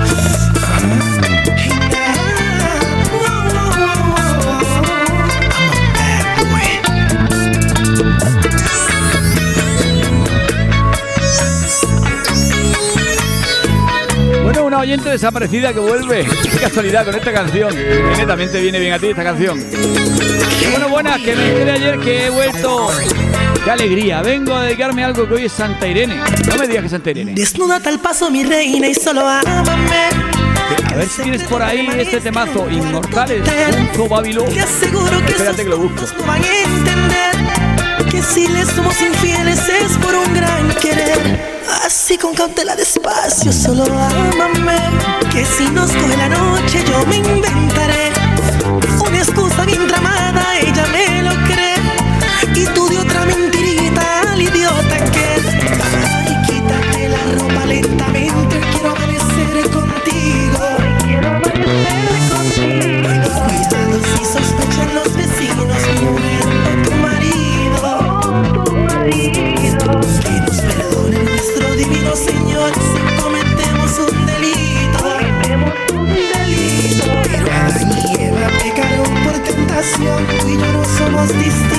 Bueno, una oyente desaparecida que vuelve. Qué casualidad con esta canción. Que también te viene bien a ti esta canción. Bueno, buenas, que me enteré ayer que he vuelto. ¡Qué alegría! Vengo a dedicarme a algo que hoy es Santa Irene. No me digas que es Santa Irene. Desnúdate al paso, mi reina, y solo ámame. A ver si tienes por ahí este temazo, Inmortales, Junto Babilón. Te aseguro que espérate que lo busco. No van a entender que si les somos infieles es por un gran querer. Así con cautela despacio, solo ámame. Que si nos coge la noche yo me inventaré una excusa bien tramada, ella me lo cree. Y tú de otra mentirita al idiota que ay, quítate la ropa lentamente. Quiero amanecer contigo. Quiero amanecer contigo. Cuidado si sospechan los vecinos, mi mujer o tu marido. O tu marido. Que nos perdone nuestro divino Señor si cometemos un delito. Cometemos un delito. Pero Adán y Eva pecaron por tentación. Tú y yo no somos distintos.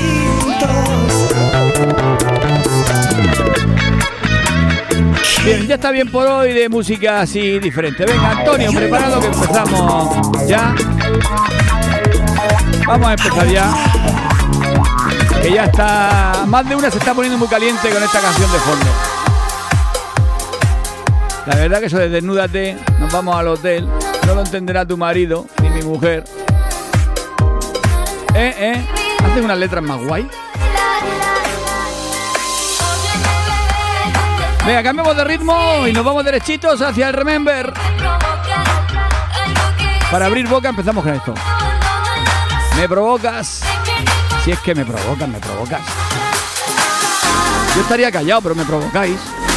Bien, ya está bien por hoy de música así diferente. Venga, Antonio, preparado que empezamos ya. Vamos a empezar ya. Que ya está. Más de una se está poniendo muy caliente con esta canción de fondo. La verdad que eso de desnúdate, nos vamos al hotel. No lo entenderá tu marido ni mi mujer. Eh, eh. ¿Haces unas letras más guay? Venga, cambiamos de ritmo y nos vamos derechitos hacia el Remember. Para abrir boca empezamos con esto. Me provocas. Si es que me provocas, me provocas. Yo estaría callado, pero me provocáis.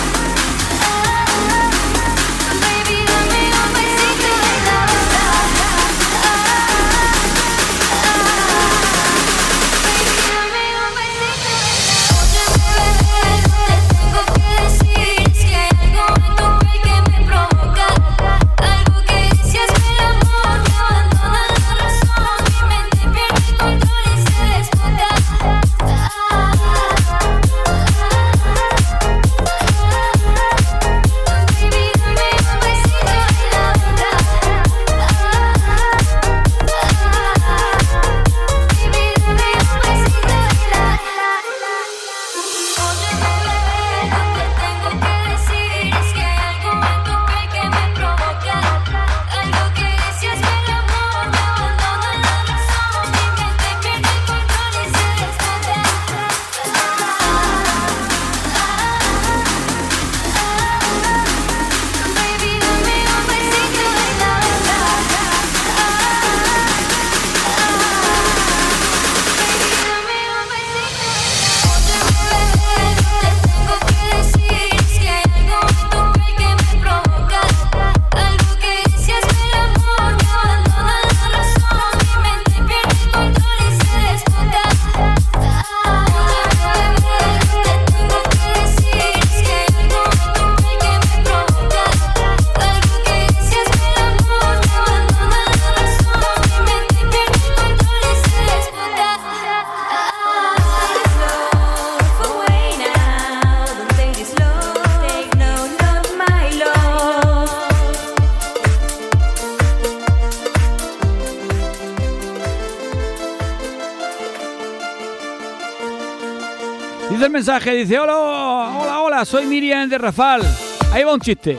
Dice el mensaje, dice, hola, hola, hola, soy Miriam de Rafal. Ahí va un chiste.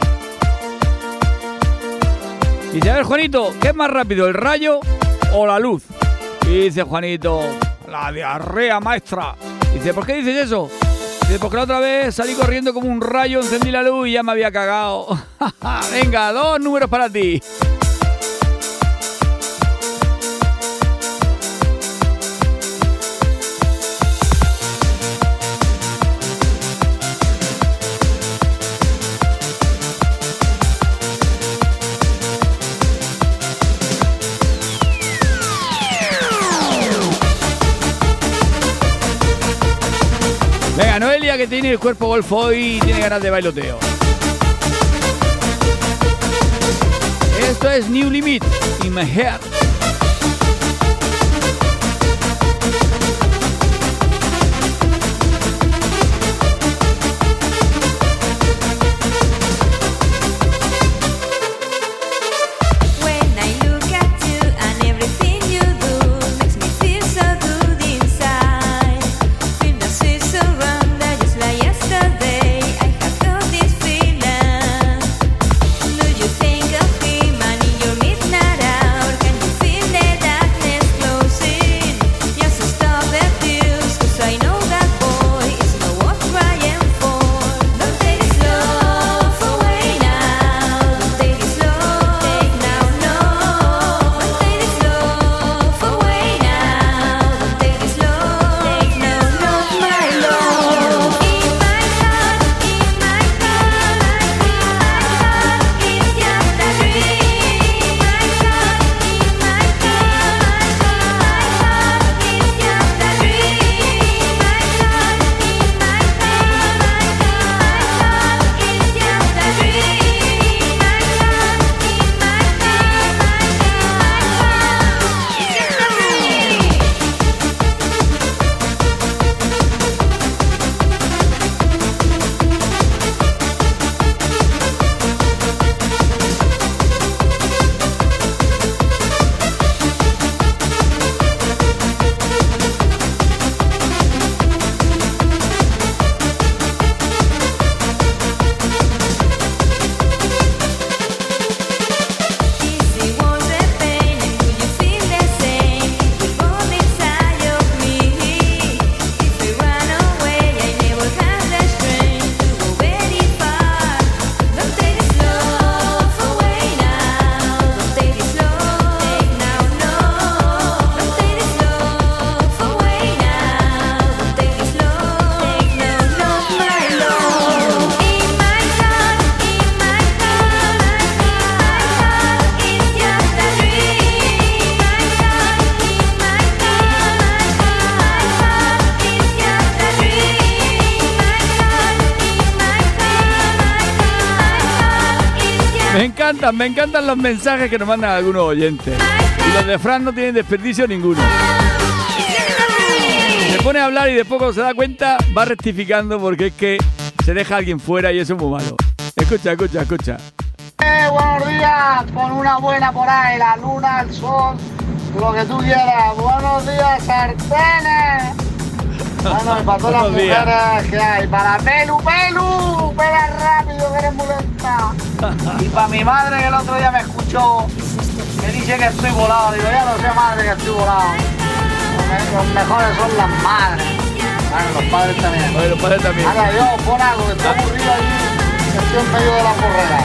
Dice, a ver, Juanito, ¿qué es más rápido, el rayo o la luz? Y dice Juanito, la diarrea maestra. Dice, ¿por qué dices eso? Dice, porque la otra vez salí corriendo como un rayo, encendí la luz y ya me había cagado. Venga, dos números para ti. que tiene el cuerpo golfo y tiene ganas de bailoteo. Esto es New Limit in My Head. Me encantan, me encantan los mensajes que nos mandan algunos oyentes. Y los de Fran no tienen desperdicio ninguno. Se pone a hablar y después cuando se da cuenta va rectificando porque es que se deja a alguien fuera y eso es muy malo. Escucha, escucha, escucha. Eh, buenos días, con una buena por ahí, la luna, el sol, lo que tú quieras. Buenos días, sartenes. Bueno, y para todas las mujeres que hay, para Pelu, Pelu, pela rápido que eres muy lenta. Y para mi madre que el otro día me escuchó, me dice que estoy volado. Digo, ya no sé, madre, que estoy volado. Los mejores son las madres. Bueno, los padres también. Bueno, los padres también. Ahora yo, pon algo, que estoy aburrido ahí, que estoy en medio de la correra.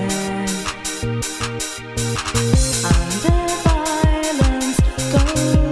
Under violence, go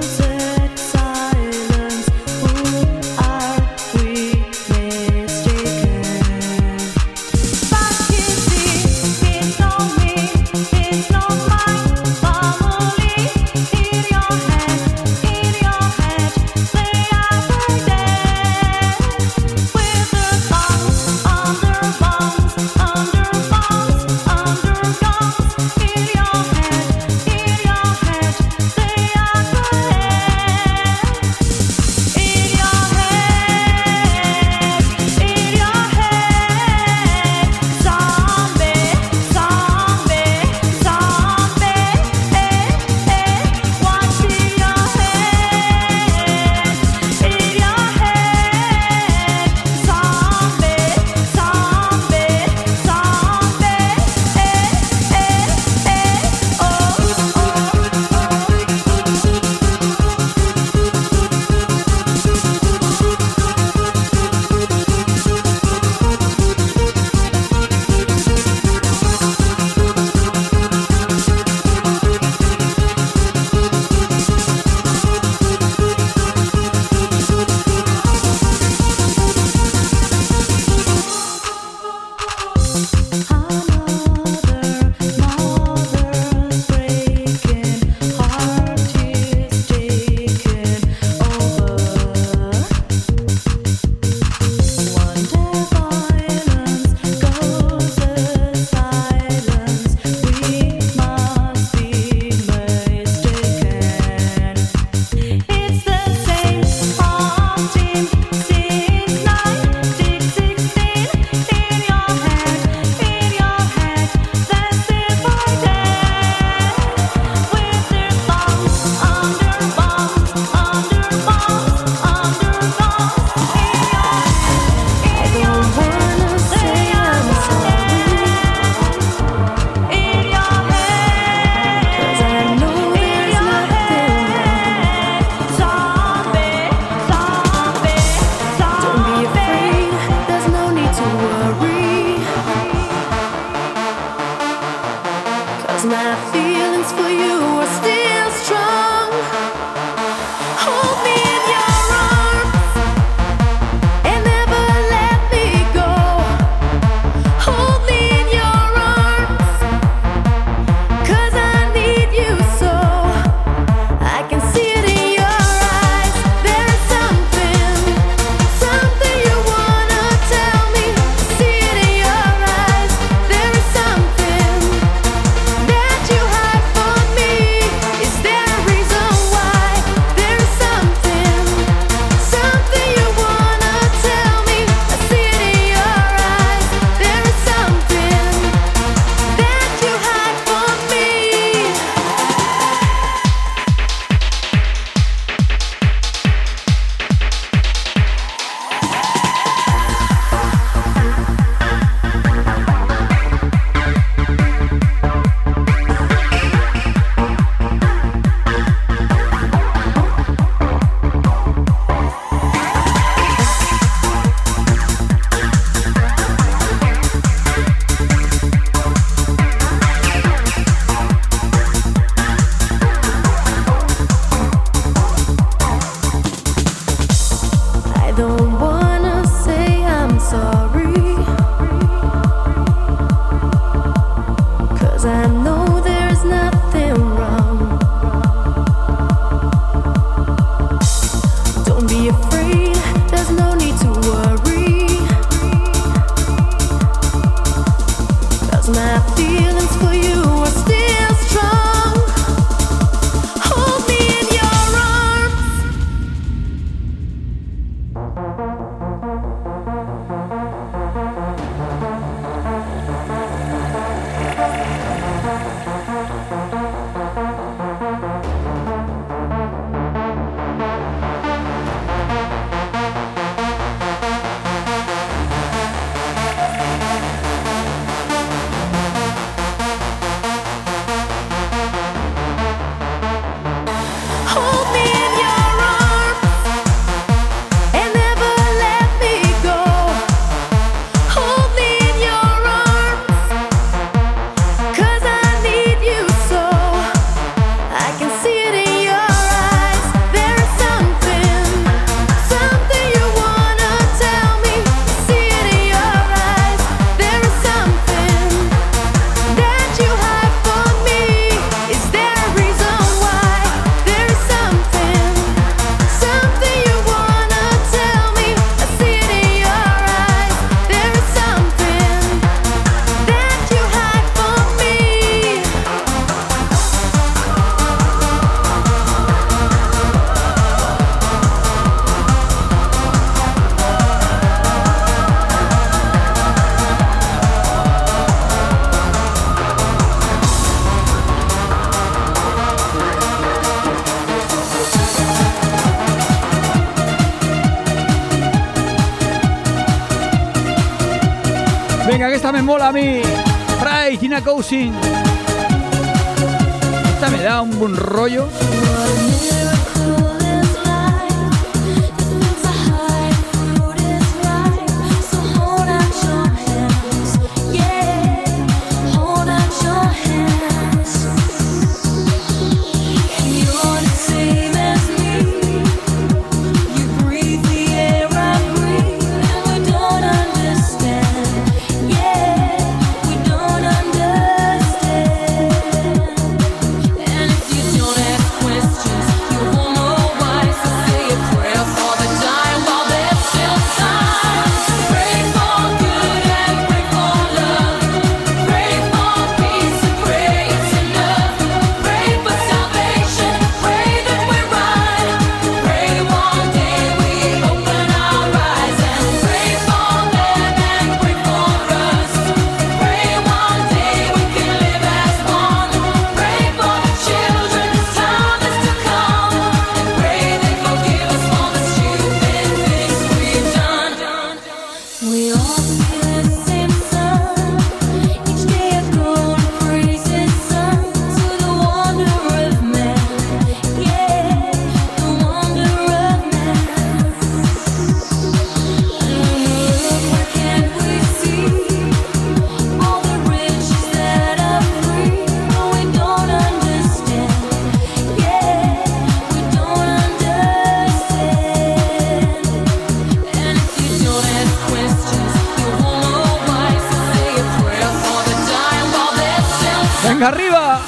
Venga, que esta me mola a mí. Fry, Tina Cousin. Esta me da un buen rollo. ¡Arriba!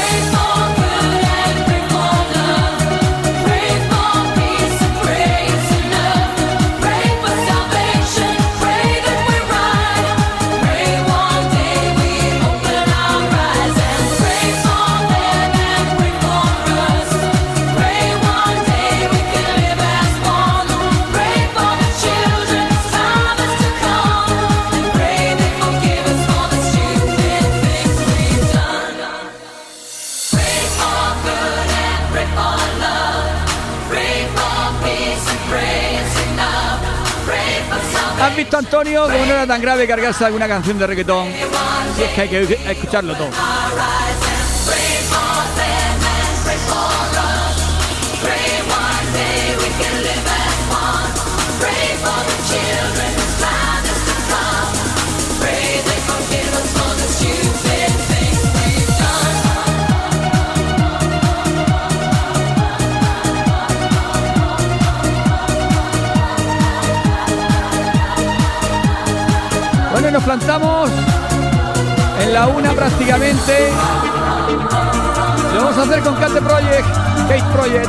¿Has visto, Antonio, como no era tan grave cargarse alguna canción de reggaetón? Si es que hay que escucharlo todo. Bueno, nos plantamos en la una prácticamente. Lo vamos a hacer con Kate Project, Kate Project.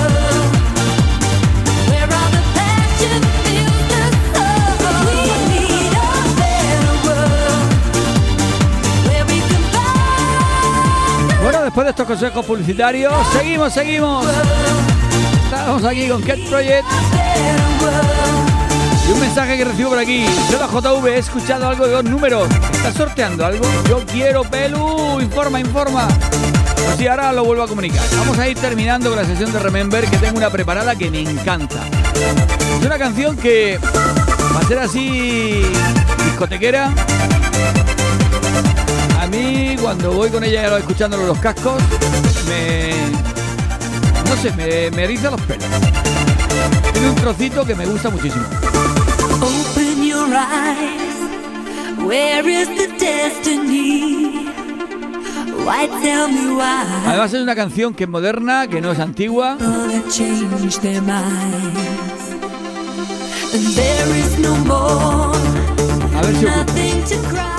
We need consejos publicitarios. Seguimos, seguimos. Estamos aquí con Cat Project. Y un mensaje que recibo por aquí. Yo la J V he escuchado algo de dos números. ¿Estás sorteando algo? Yo quiero, Pelu. Informa, informa. Pues sí, ahora lo vuelvo a comunicar. Vamos a ir terminando con la sesión de Remember, que tengo una preparada que me encanta. Es una canción que va a ser así discotequera. A mí, cuando voy con ella escuchándolo en los cascos, me... no sé, me, me eriza los pelos. Tiene un trocito que me gusta muchísimo. Open your eyes. Where is the destiny? Why tell me why? Además es una canción que es moderna, que no es antigua. Change their minds. And there is no more. A ver si ocurre. Nothing to cry.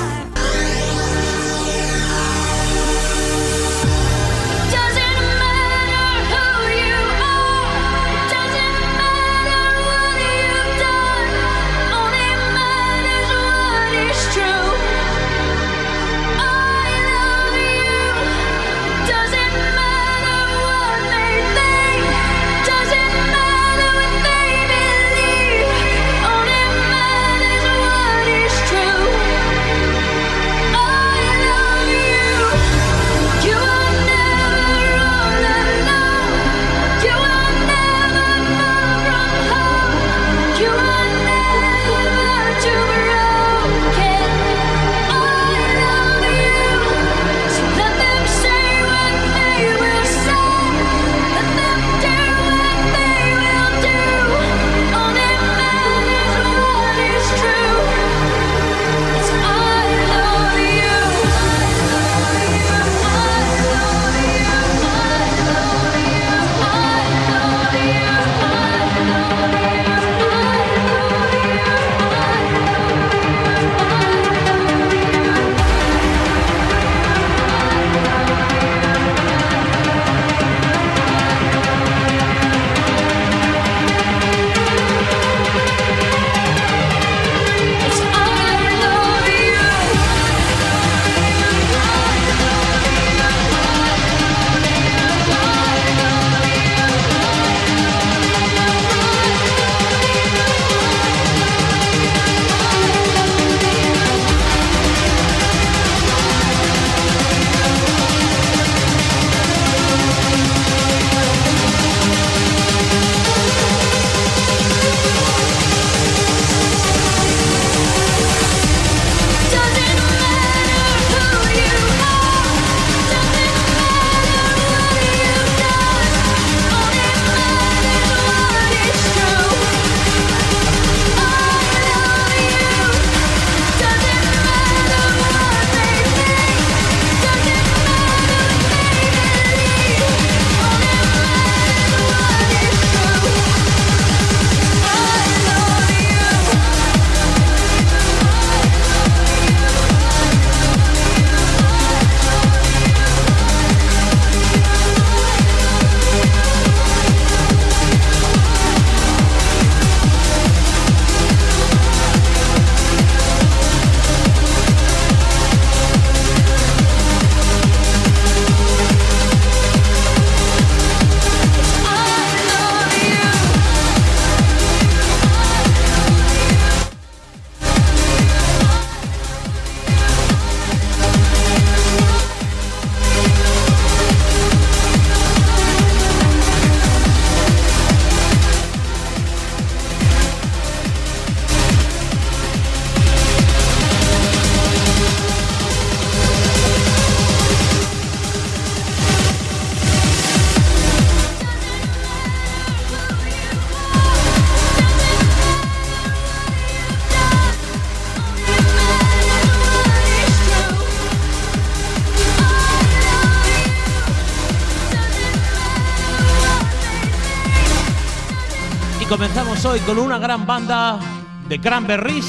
Comenzamos hoy con una gran banda de Cranberries.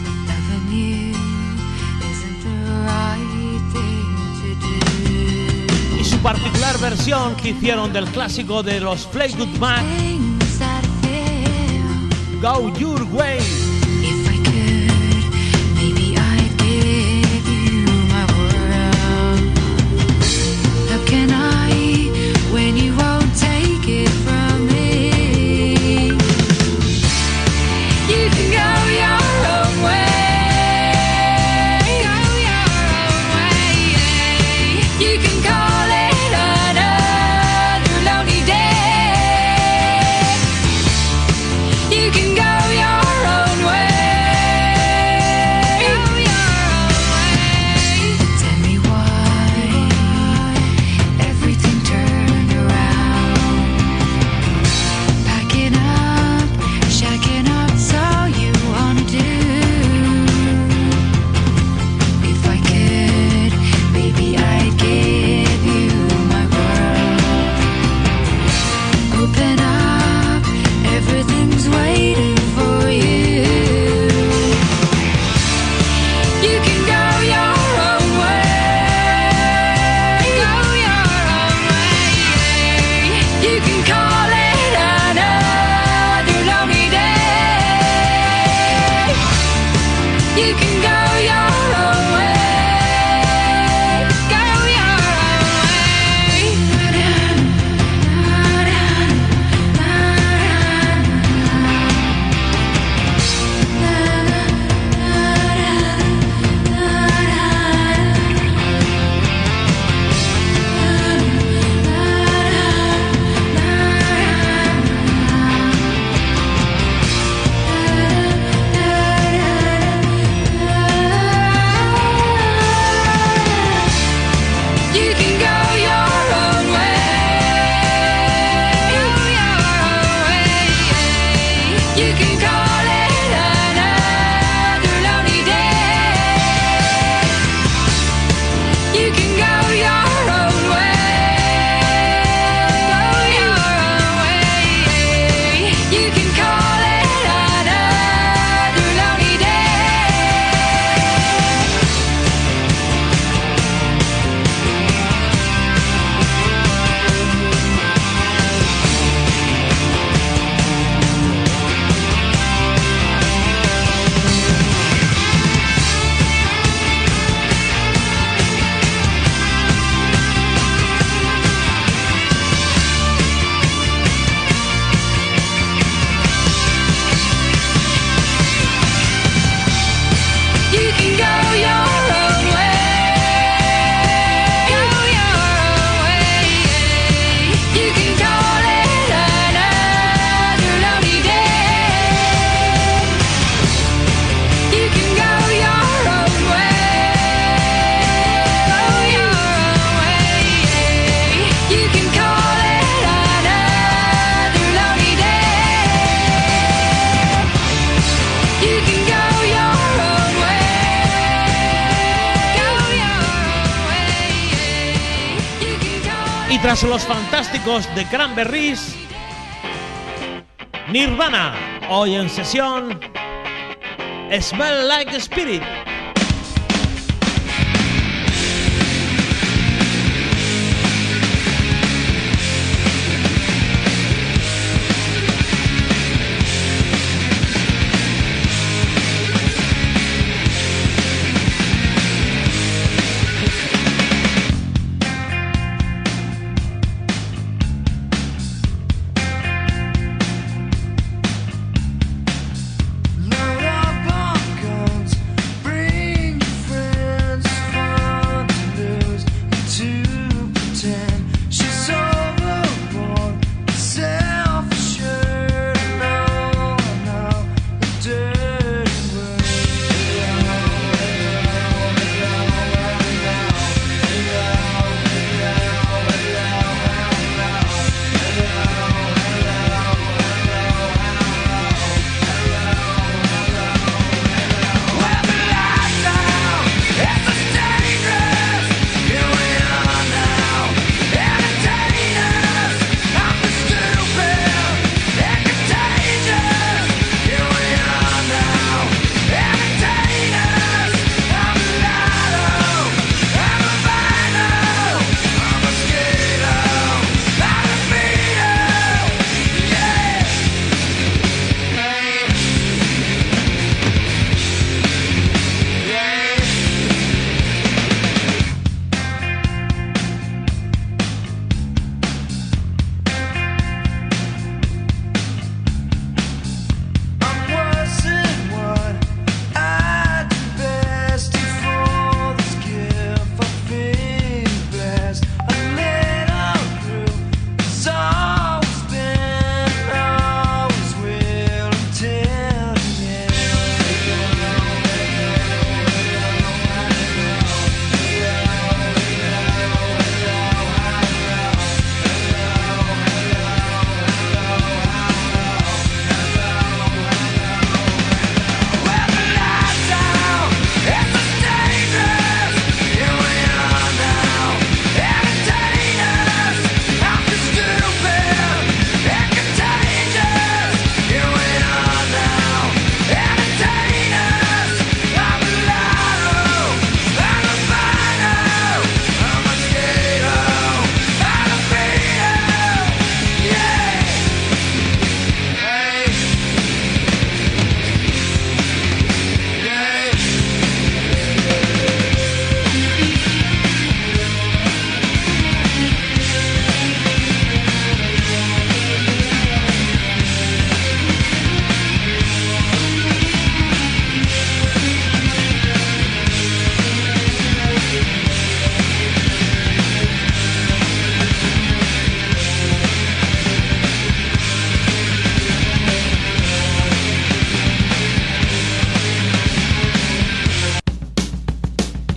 Y su particular versión que hicieron del clásico de los Fleetwood Mac, Go Your Way. Can I You can go your own way. Go your own way. You can go your own way. Go your own way. You can call it another lonely day. You can go your own way. Go your own way. You can call it another lonely day. You can go your own way. Go your own way. You can call it another lonely day. You can go your own way. Go your own way. You can call it another lonely day. You can go your own way. Y tras los fantásticos de Cranberries, Nirvana, hoy en sesión, Smell Like Spirit. Load up on guns, bring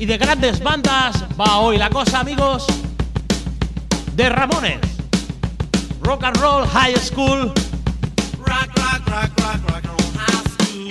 y de grandes bandas va hoy la cosa, amigos. De Ramones, Rock and Roll High School. Rock, rock, rock, rock, rock and roll high school.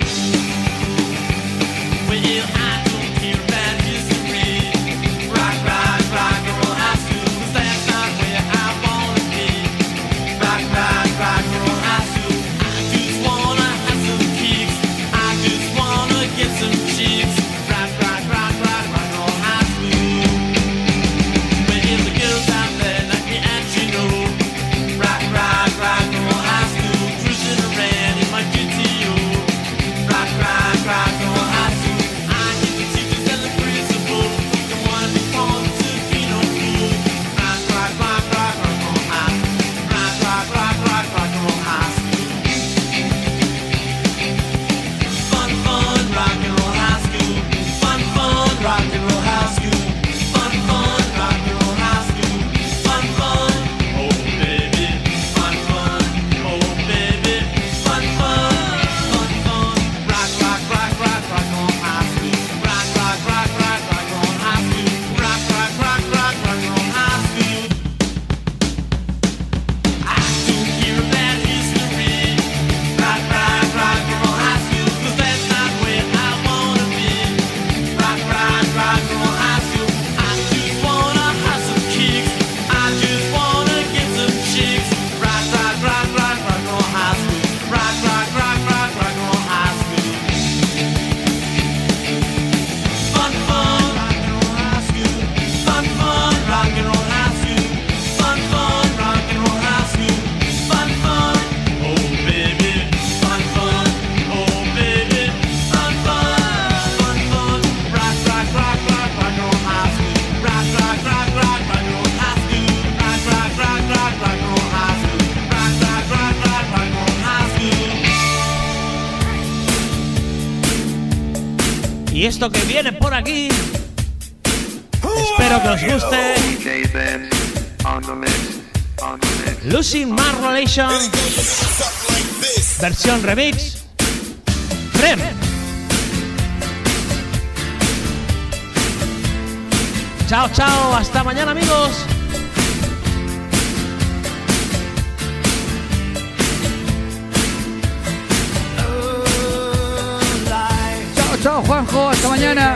Well, I don't care about history. Rock, rock, rock and roll high school. 'Cause that's not where I wanna be. Rock, rock, rock and roll high school. I just wanna have some kicks. I just wanna get some chicks. Rock, rock, rock, rock, rock and roll high school. Well, the girls out there like me and you know. Rock, rock, rock and roll high school. Cruising around in my G T O. Rock, rock, rock and roll high school. I get the teachers and the principal. The one who wants to be no fool. Rock, rock, rock, rock, rock and roll high school. Rock, rock, rock, rock, rock and roll high school. Fun, fun, rock and roll high school. Fun, fun, rock and roll high school. Fun, fun, rock and roll high school. Fun, fun, oh baby. Fun, fun, oh baby. Fun, fun, fun, fun. Rock, rock, rock, rock, rock and roll high school. Rock, rock, rock, rock, rock and roll high school. Rock, rock, rock, rock, rock and roll high school. I don't care about history. Rock, rock, rock and roll high school. 'Cause that's not where I wanna be. Rock, rock, rock and roll high school. I just wanna have some kicks. I just wanna get some chicks. Rock, rock, rock, rock, rock and roll high school. Rock, rock, rock, rock, rock and roll high school. Fun, fun, rock and roll high school. Fun, fun, rock and roll high school. Fun, fun, rock and roll high school. Fun, fun, oh baby. Fun, fun, oh baby. Fun, fun, fun, fun. Rock, rock, rock, rock, rock and roll high school. Rock, rock, rock, rock, rock and roll high school. Rock, rock, rock, rock, rock and roll high school. Rock, rock, rock, rock, rock and roll high school. Y esto que viene por aquí, espero que os guste. Losing My Relation, versión remix. Frem. Chao, chao, hasta mañana, amigos. Chao, chao, Juanjo, hasta mañana.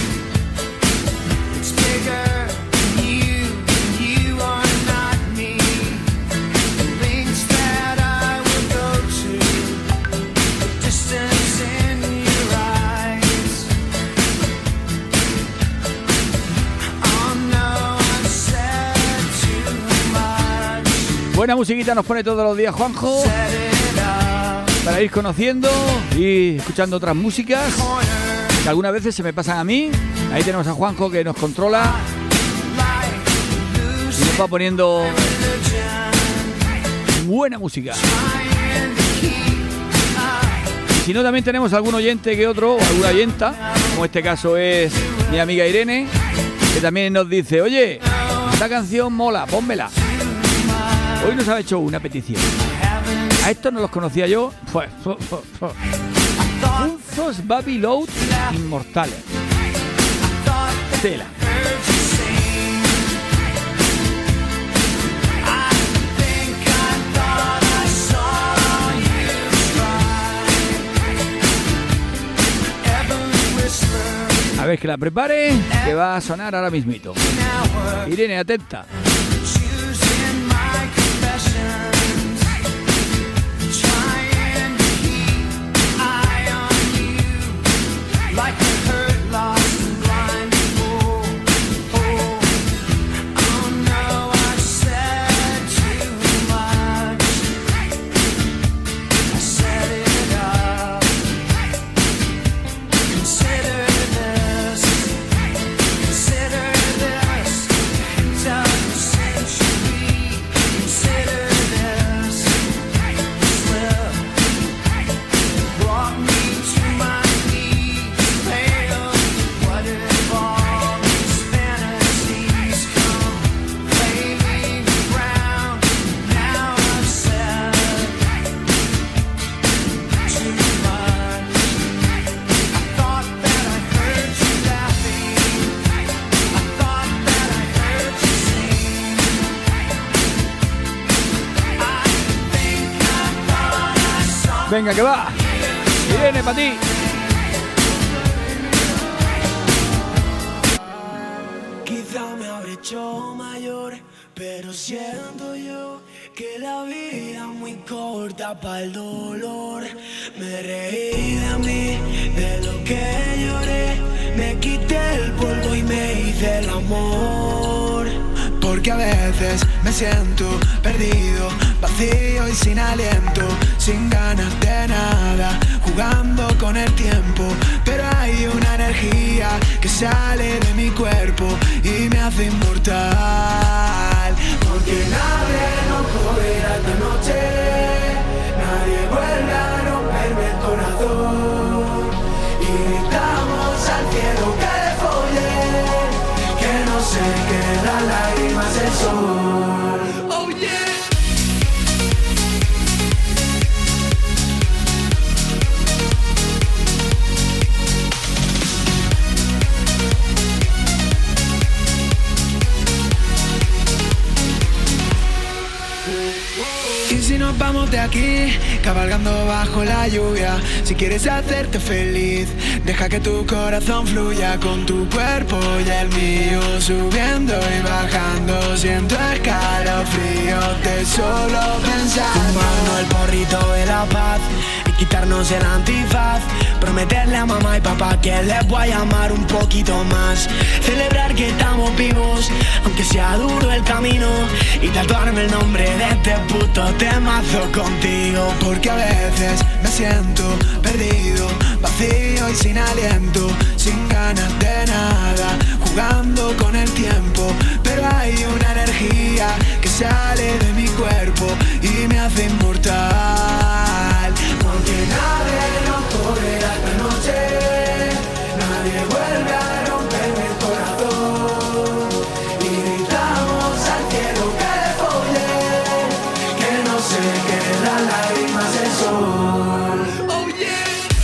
It's bigger than you, you are not me. Links that I will go to, the distance in your eyes. Oh no, I've said too much. Buena musiquita nos pone todos los días Juanjo, para ir conociendo y escuchando otras músicas que algunas veces se me pasan a mí. Ahí tenemos a Juanjo que nos controla y nos va poniendo buena música. Y si no, también tenemos algún oyente que otro, o alguna oyenta, como este caso es mi amiga Irene, que también nos dice: oye, esta canción mola, pónmela. Hoy nos ha hecho una petición. A estos no los conocía yo. Pues, pues, pues, pues. Funzos Baby Load Inmortales. Tela. A ver, que la prepare, que va a sonar ahora mismito. Irene, atenta. Like a hurt, lost and blind fool. Oh, oh no, I said too much. I set it up. Consider this. Consider this. Just Venga, que va. Viene para ti. Quizá me habré hecho mayor, pero siento yo que la vida es muy corta para el dolor. Me reí de mí, de lo que lloré, me quité el polvo y me hice el amor. Porque a veces me siento perdido, vacío y sin aliento, sin ganas de nada, jugando con el tiempo. Pero hay una energía que sale de mi cuerpo y me hace inmortal. Porque nadie nos cogerá esta noche, nadie vuelve a romperme el corazón. Y gritamos al cielo que le folle, que no se quedan lágrimas el sol. Oh yeah. Y si nos vamos de aquí, cabalgando bajo la lluvia, si quieres hacerte feliz, deja que tu corazón fluya con tu cuerpo y el mío, subiendo y bajando, siento escalofríos de solo pensar. Fumarnos el porrito de la paz y quitarnos el antifaz, prometerle a mamá y papá que les voy a llamar un poquito más, celebrar que estamos vivos, aunque sea duro el camino, y tatuarme el nombre de este puto temazo contigo. Porque a veces me siento perdido, vacío y sin aliento, sin ganas de nada, jugando con el tiempo. Pero hay una energía que sale de mi cuerpo y me hace inmortal. Porque nadie nos cogerá esta noche, nadie vuelve a romperme el corazón. Y gritamos al cielo que le folle, que no se quedan lágrimas el sol. Oh yeah.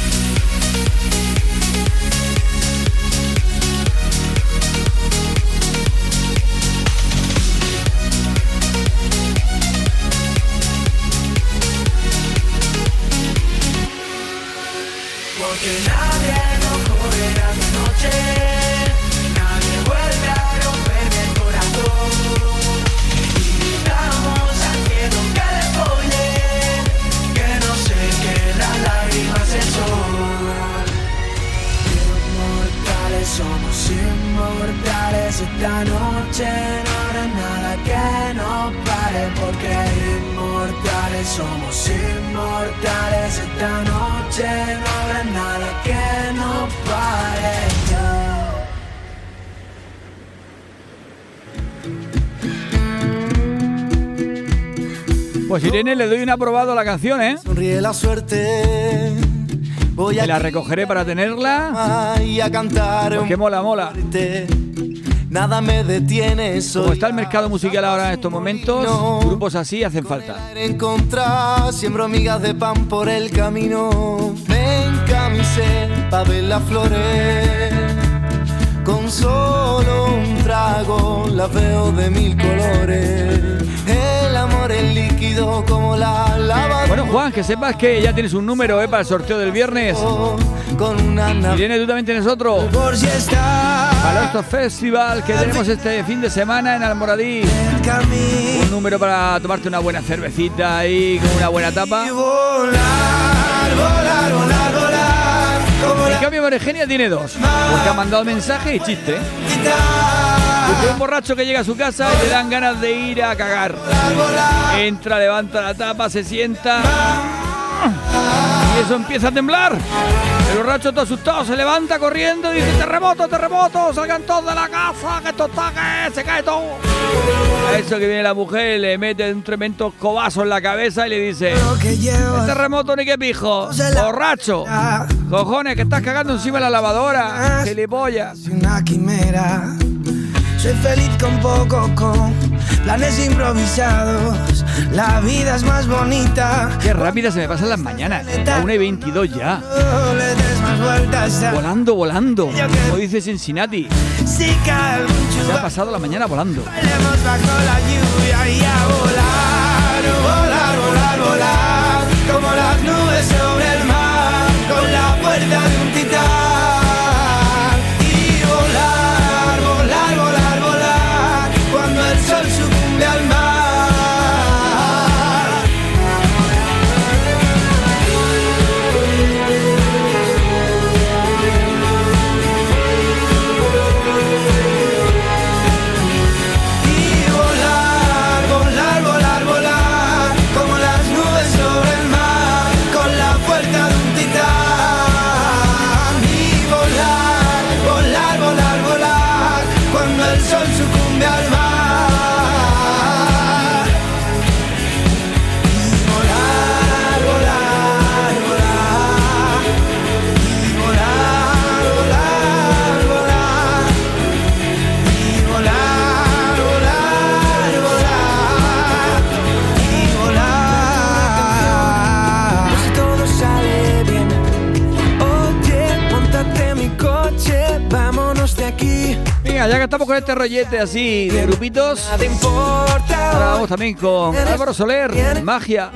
Porque nadie nos cogerá esta noche, nadie vuelve a romperme el corazón. Y gritamos al cielo que le folle, que no se quedan lágrimas el sol. Inmortales, somos inmortales esta noche, no habrá nada que nos pare. Porque inmortales, somos inmortales esta noche, no habrá nada que nos pare. Pues Irene, le doy un aprobado a la canción, ¿eh? Sonríe la suerte. Voy a Me la recogeré para tenerla. y a cantar. Pues que mola, mola. Nada me detiene. Soy Como está el mercado musical ahora en estos momentos, grupos así hacen falta. encontrar, siembro migas de pan por el camino. Me encamisé pa' ver las flores. Con solo un trago las veo de mil colores. El amor es líquido como la lava. Bueno, Juan, que sepas que ya tienes un número, ¿eh? Para el sorteo del viernes. Con una Irene, tú también tienes otro. Por si está. Para estos festival que tenemos este fin de semana en Almoradí. Un número para tomarte una buena cervecita ahí con una buena tapa. Volar, volar, volar, volar. En cambio, Maregenia tiene dos. Porque ha mandado mensaje y chiste. Porque un borracho que llega a su casa y le dan ganas de ir a cagar. Entra, levanta la tapa, se sienta. Y eso empieza a temblar. El borracho todo asustado se levanta corriendo y dice: terremoto, terremoto, salgan todos de la casa, que esto está, que se cae todo. A eso que viene la mujer, le mete un tremendo cobazo en la cabeza y le dice: el terremoto ni que pijo, borracho, cojones, que estás cagando encima de la lavadora, gilipollas. Una quimera. Soy feliz con poco, con planes improvisados. La vida es más bonita. Qué rápida se me pasan las mañanas. A una y veintidós ya. No le des más vueltas a... Volando, volando. Como dice Cincinnati. Si cae algún Se ha chupa, pasado la mañana volando. bailemos bajo la lluvia y a volar, volar, volar, volar. Como las nubes se fuerza de un titán. Y volar, volar, volar, volar, cuando el sol sucumbe al mar. Y volar, volar, volar, volar, como las nubes sobre el mar, con la fuerza de un titán. Y volar, volar, volar, volar, cuando el sol sucumbe al mar. Y volar, volar, volar, y volar, volar, volar, y volar, volar, volar, y volar. Si todo sale bien, oye, móntate en mi coche, vámonos de aquí. Venga, ya que estamos con este rollete así de grupitos, Nada importa. ahora vamos también con Álvaro Soler, Magia.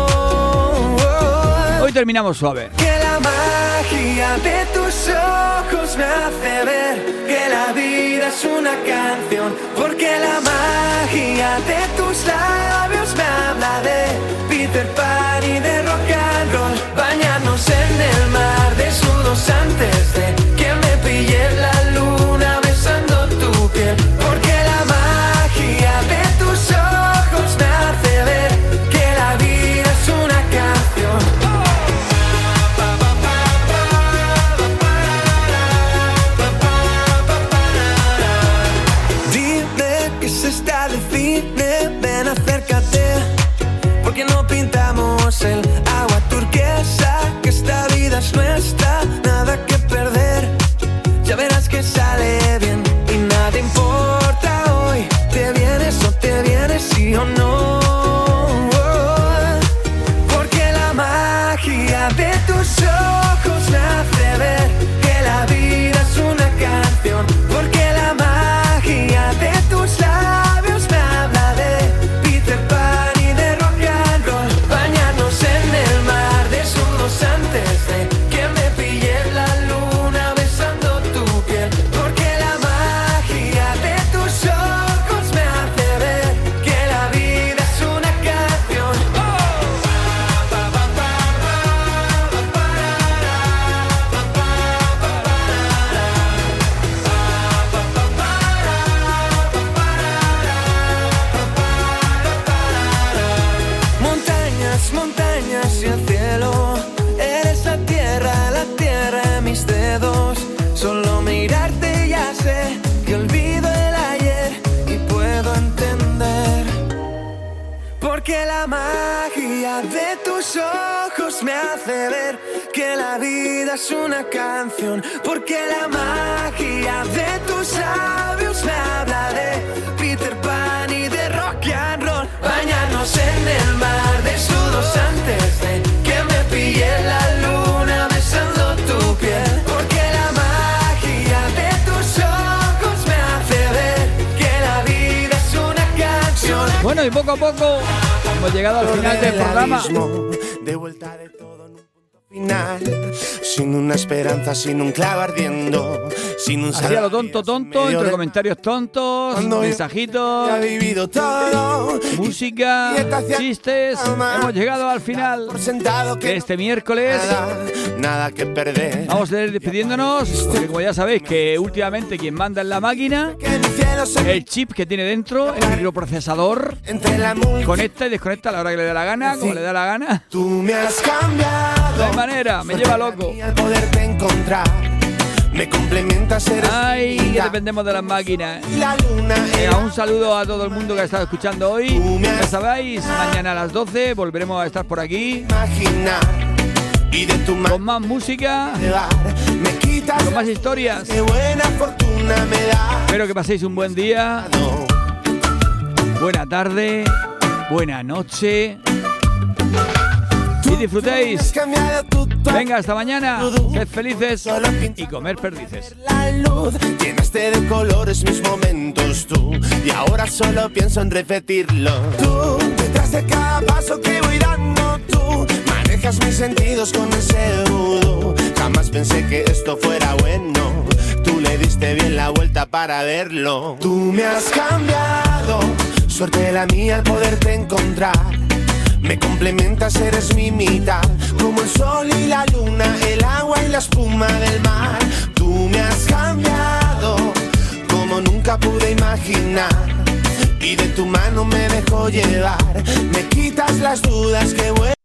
Hoy terminamos suave. Que la magia de tus ojos me hace ver que la vida es una canción. Porque la magia de tus labios me habla de Peter Pan y de rock and roll. Bañarnos en el mar desnudos antes de que me pille la luna besando tu piel. Porque la magia de tus ojos me hace ver que la vida es una canción. Dime que se está de cine, ven acércate, porque no pintamos el agua turquesa, que esta vida es nuestra, nada que perder, ya verás que sale bien y nada importa hoy, te vienes o te vienes, sí o no, porque la magia de tus ojos me hace ver que la vida es una canción, porque la magia de tus labios me habla de Peter Pan y de rock and roll. Bañarnos en el mar desnudos antes de que me pille la luna besando tu piel. Porque la magia de tus ojos me hace ver que la vida es una canción. Montañas, montañas y el cielo, eres la tierra, la tierra en mis dedos. Solo mirarte ya sé que olvido el ayer y puedo entender. Porque la magia de tus ojos me hace ver que la vida es una canción. Porque la magia de tus labios me habla de Peter Pan y de rock and roll. Bañarnos en el mar desnudos antes de que me pille la luna besando tu piel. Porque la magia de tus ojos me hace ver que la vida es una canción. Bueno, y poco a poco hemos llegado al final del programa. De vuelta de todo en un punto final, sin una esperanza, sin un clavo ardiendo, sin un Hacía lo tonto, tonto, entre comentarios tontos, Cuando mensajitos, ya he vivido todo, música, chistes. Hemos llegado al final de este miércoles. nada, nada que perder. Vamos a ir despidiéndonos, porque como ya sabéis que últimamente quien manda en la máquina, el chip que tiene dentro, el microprocesador, conecta y desconecta a la hora que le dé la gana, como le da la gana. Tú me has cambiado. No hay manera, me lleva loco. Al poderte encontrar, me complementa ser Ay, que dependemos de las máquinas. la luna. Venga, un saludo a todo el mundo que ha estado escuchando hoy. Ya sabéis, mañana a las doce volveremos a estar por aquí. Imaginar y de tu con más música, me quitas con más historias. Qué buena fortuna me da. Espero que paséis un buen día, buena tarde, buena noche y disfrutéis. Venga, hasta mañana. Sed felices y comer perdices. La luz, llenaste de colores mis momentos tú, y ahora solo pienso en repetirlo. Tú, detrás de cada paso que voy dando tú, manejas manejas mis sentidos con ese vudú. Jamás pensé que esto fuera bueno. Tú le diste bien la vuelta para verlo. Tú me has cambiado, suerte la mía al poderte encontrar. Me complementas, eres mi mitad, como el sol y la luna, el agua y la espuma del mar. Tú me has cambiado, como nunca pude imaginar. Y de tu mano me dejo llevar, me quitas las dudas que vuelven.